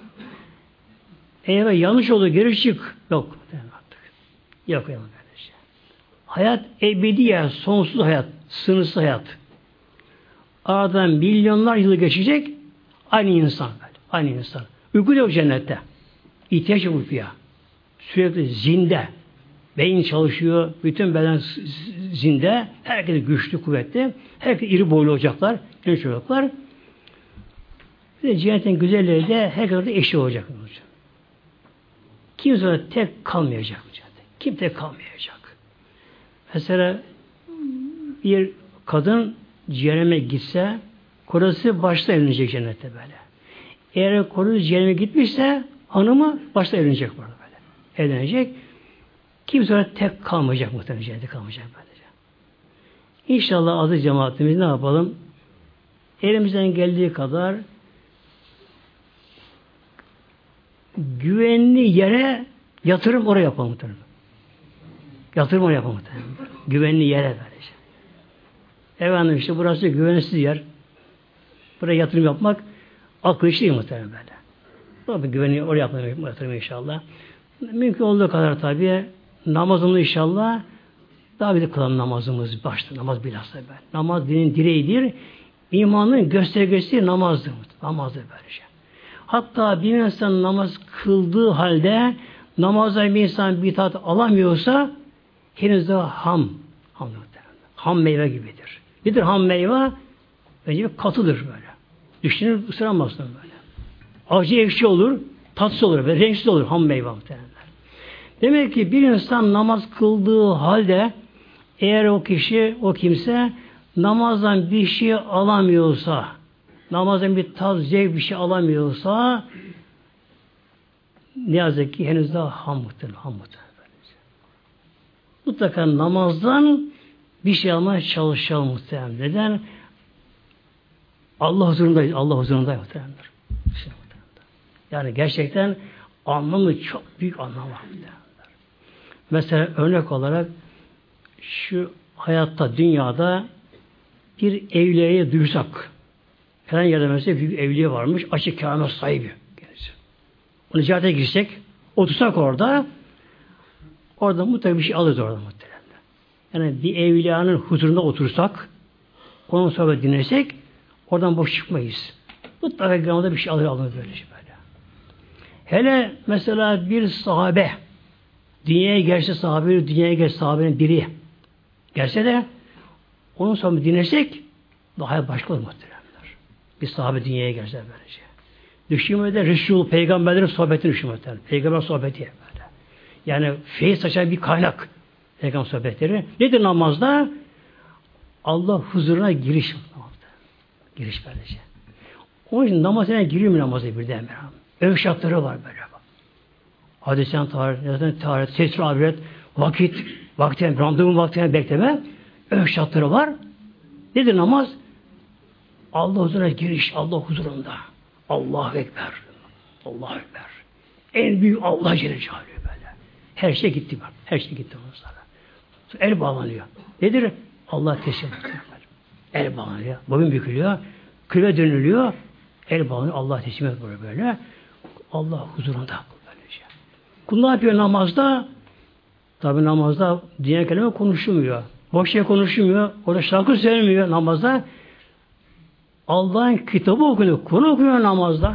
Eğer yanlış oldu geri çık. Yok. Artık. Yok. Yok. Hayat ebedi yer, sonsuz hayat, sınırsız hayat. Aradan milyonlar yılı geçecek aynı insan. Aynı insan. Uyku yok cennette. İhtiyaç yok uykuya. Sürekli zinde. Beyin çalışıyor. Bütün beden zinde. Herkes güçlü, kuvvetli. Herkes iri boylu olacaklar. Genç çocuklar. Bir de cennetin güzelleri de herkes orada eşi olacak. Kimse orada tek kalmayacak. Kim tek kalmayacak. Mesela bir kadın cehenneme gitse kocası başta evlenecek cennette böyle. Eğer kocası cehenneme gitmişse hanımı başta evlenecek burada böyle. Evlenecek. Kimse orada tek kalmayacak muhtemelen cennette kalmayacak böylece. İnşallah aziz cemaatimiz ne yapalım? Elimizden geldiği kadar güvenli yere yatırım oraya yapalım muhtemelen. Yatırım oraya yapalım muhtemelen. Güvenli yere böylece. Efendim işte burası güvensiz yer. Buraya yatırım yapmak akıl işi değil muhtemelen böyle. Tabi güvenli oraya yapalım yatırım inşallah. Mümkün olduğu kadar tabii namazımızı inşallah daha bir de kılalım namazımız başta. Namaz bilhassa böyle. Namaz dinin direğidir. İmanın göstergesi namazdır. Namazdır böylece. Hatta bir insan namaz kıldığı halde namaza bir insan bitat alamıyorsa henüz daha ham. Ham, ham meyve gibidir. Nedir ham meyve? Bence bir katıdır böyle. Düşünür ısıramazsın böyle. Acı ekşi olur, tatsız olur, böyle renksiz olur ham meyve muhtemelen. Demek ki bir insan namaz kıldığı halde eğer o kişi, o kimse namazdan bir şey alamıyorsa, namazdan bir tat, zevk bir şey alamıyorsa ne yazık ki henüz daha ham muhtemelen. Ham muhtemelen. Mutlaka namazdan bir şey almaya çalışalım muhtemelen. Neden? Allah huzurundayız. Allah huzurundayız muhtemelen. Yani gerçekten anlamı çok büyük anlam var. Mesela örnek olarak şu hayatta, dünyada bir evliliğe duysak, falan yerde mesela büyük evliye varmış, açık kâhmet sahibi. Onu ziyarete girsek, otursak orada, orada mutlaka bir şey alırız orada muhtemelen. Yani bir evliyanın huzurunda otursak, onun sohbet dinlesek, oradan boş çıkmayız. Mutlaka gramda bir şey alır alır böyle şey böyle. Hele mesela bir sahabe, dünyaya gelse sahabe, dünyaya gelse sahabenin biri gelse de onun sohbeti dinlesek daha başka olur muhtemelen. Bir sahabe dünyaya gelse böylece. Düşünme de Resul, peygamberlerin sohbetini düşünme. Peygamber sohbeti böyle. Yani feyiz saçan bir kaynak. Peygamber sohbetleri. Nedir namazda? Allah huzuruna giriş. Giriş böylece. Onun için namazına giriyor mu namazı birden bir. Ön şartları var böyle. Hadisen taharet, taharet, sesri abiret, vakit, vakti, randevu vaktine bekleme, ön şartları var. Nedir namaz? Allah huzuruna giriş, Allah huzurunda. Allahu Ekber. Allahu Ekber. En büyük Allah Celle Celaluhu böyle. Her şey gitti bak. Her şey gitti ondan sonra. El bağlanıyor. Nedir? Allah teslim ediyor. El bağlanıyor. Boyun bükülüyor. Kıble dönülüyor. El bağlanıyor. Allah teslim ediyor böyle. Allah huzurunda. Böylece. Kul ne yapıyor namazda? Tabi namazda dünya kelime konuşulmuyor. Boş şey konuşulmuyor. Orada şarkı söylemiyor namazda. Allah'ın kitabı okunuyor. Kur'an okuyor namazda.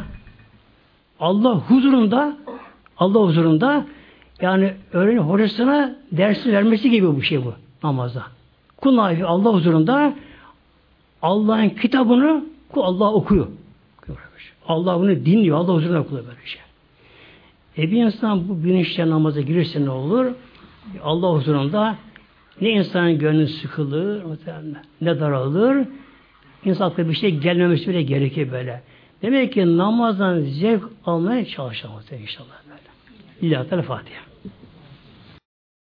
Allah huzurunda Allah huzurunda yani öğrenin hocasına dersi vermesi gibi bu şey bu namazda. Kul Allah huzurunda Allah'ın kitabını Allah okuyor. Allah bunu dinliyor. Allah huzurunda okuyor böyle şey. E bir insan bu bilinçle namaza girirse ne olur? Allah huzurunda ne insanın gönlü sıkılır, ne daralır, İnsan aklına bir şey gelmemesi bile gerekir böyle. Demek ki namazdan zevk almaya çalışalım inşallah böyle. İlahi Teala Fatiha.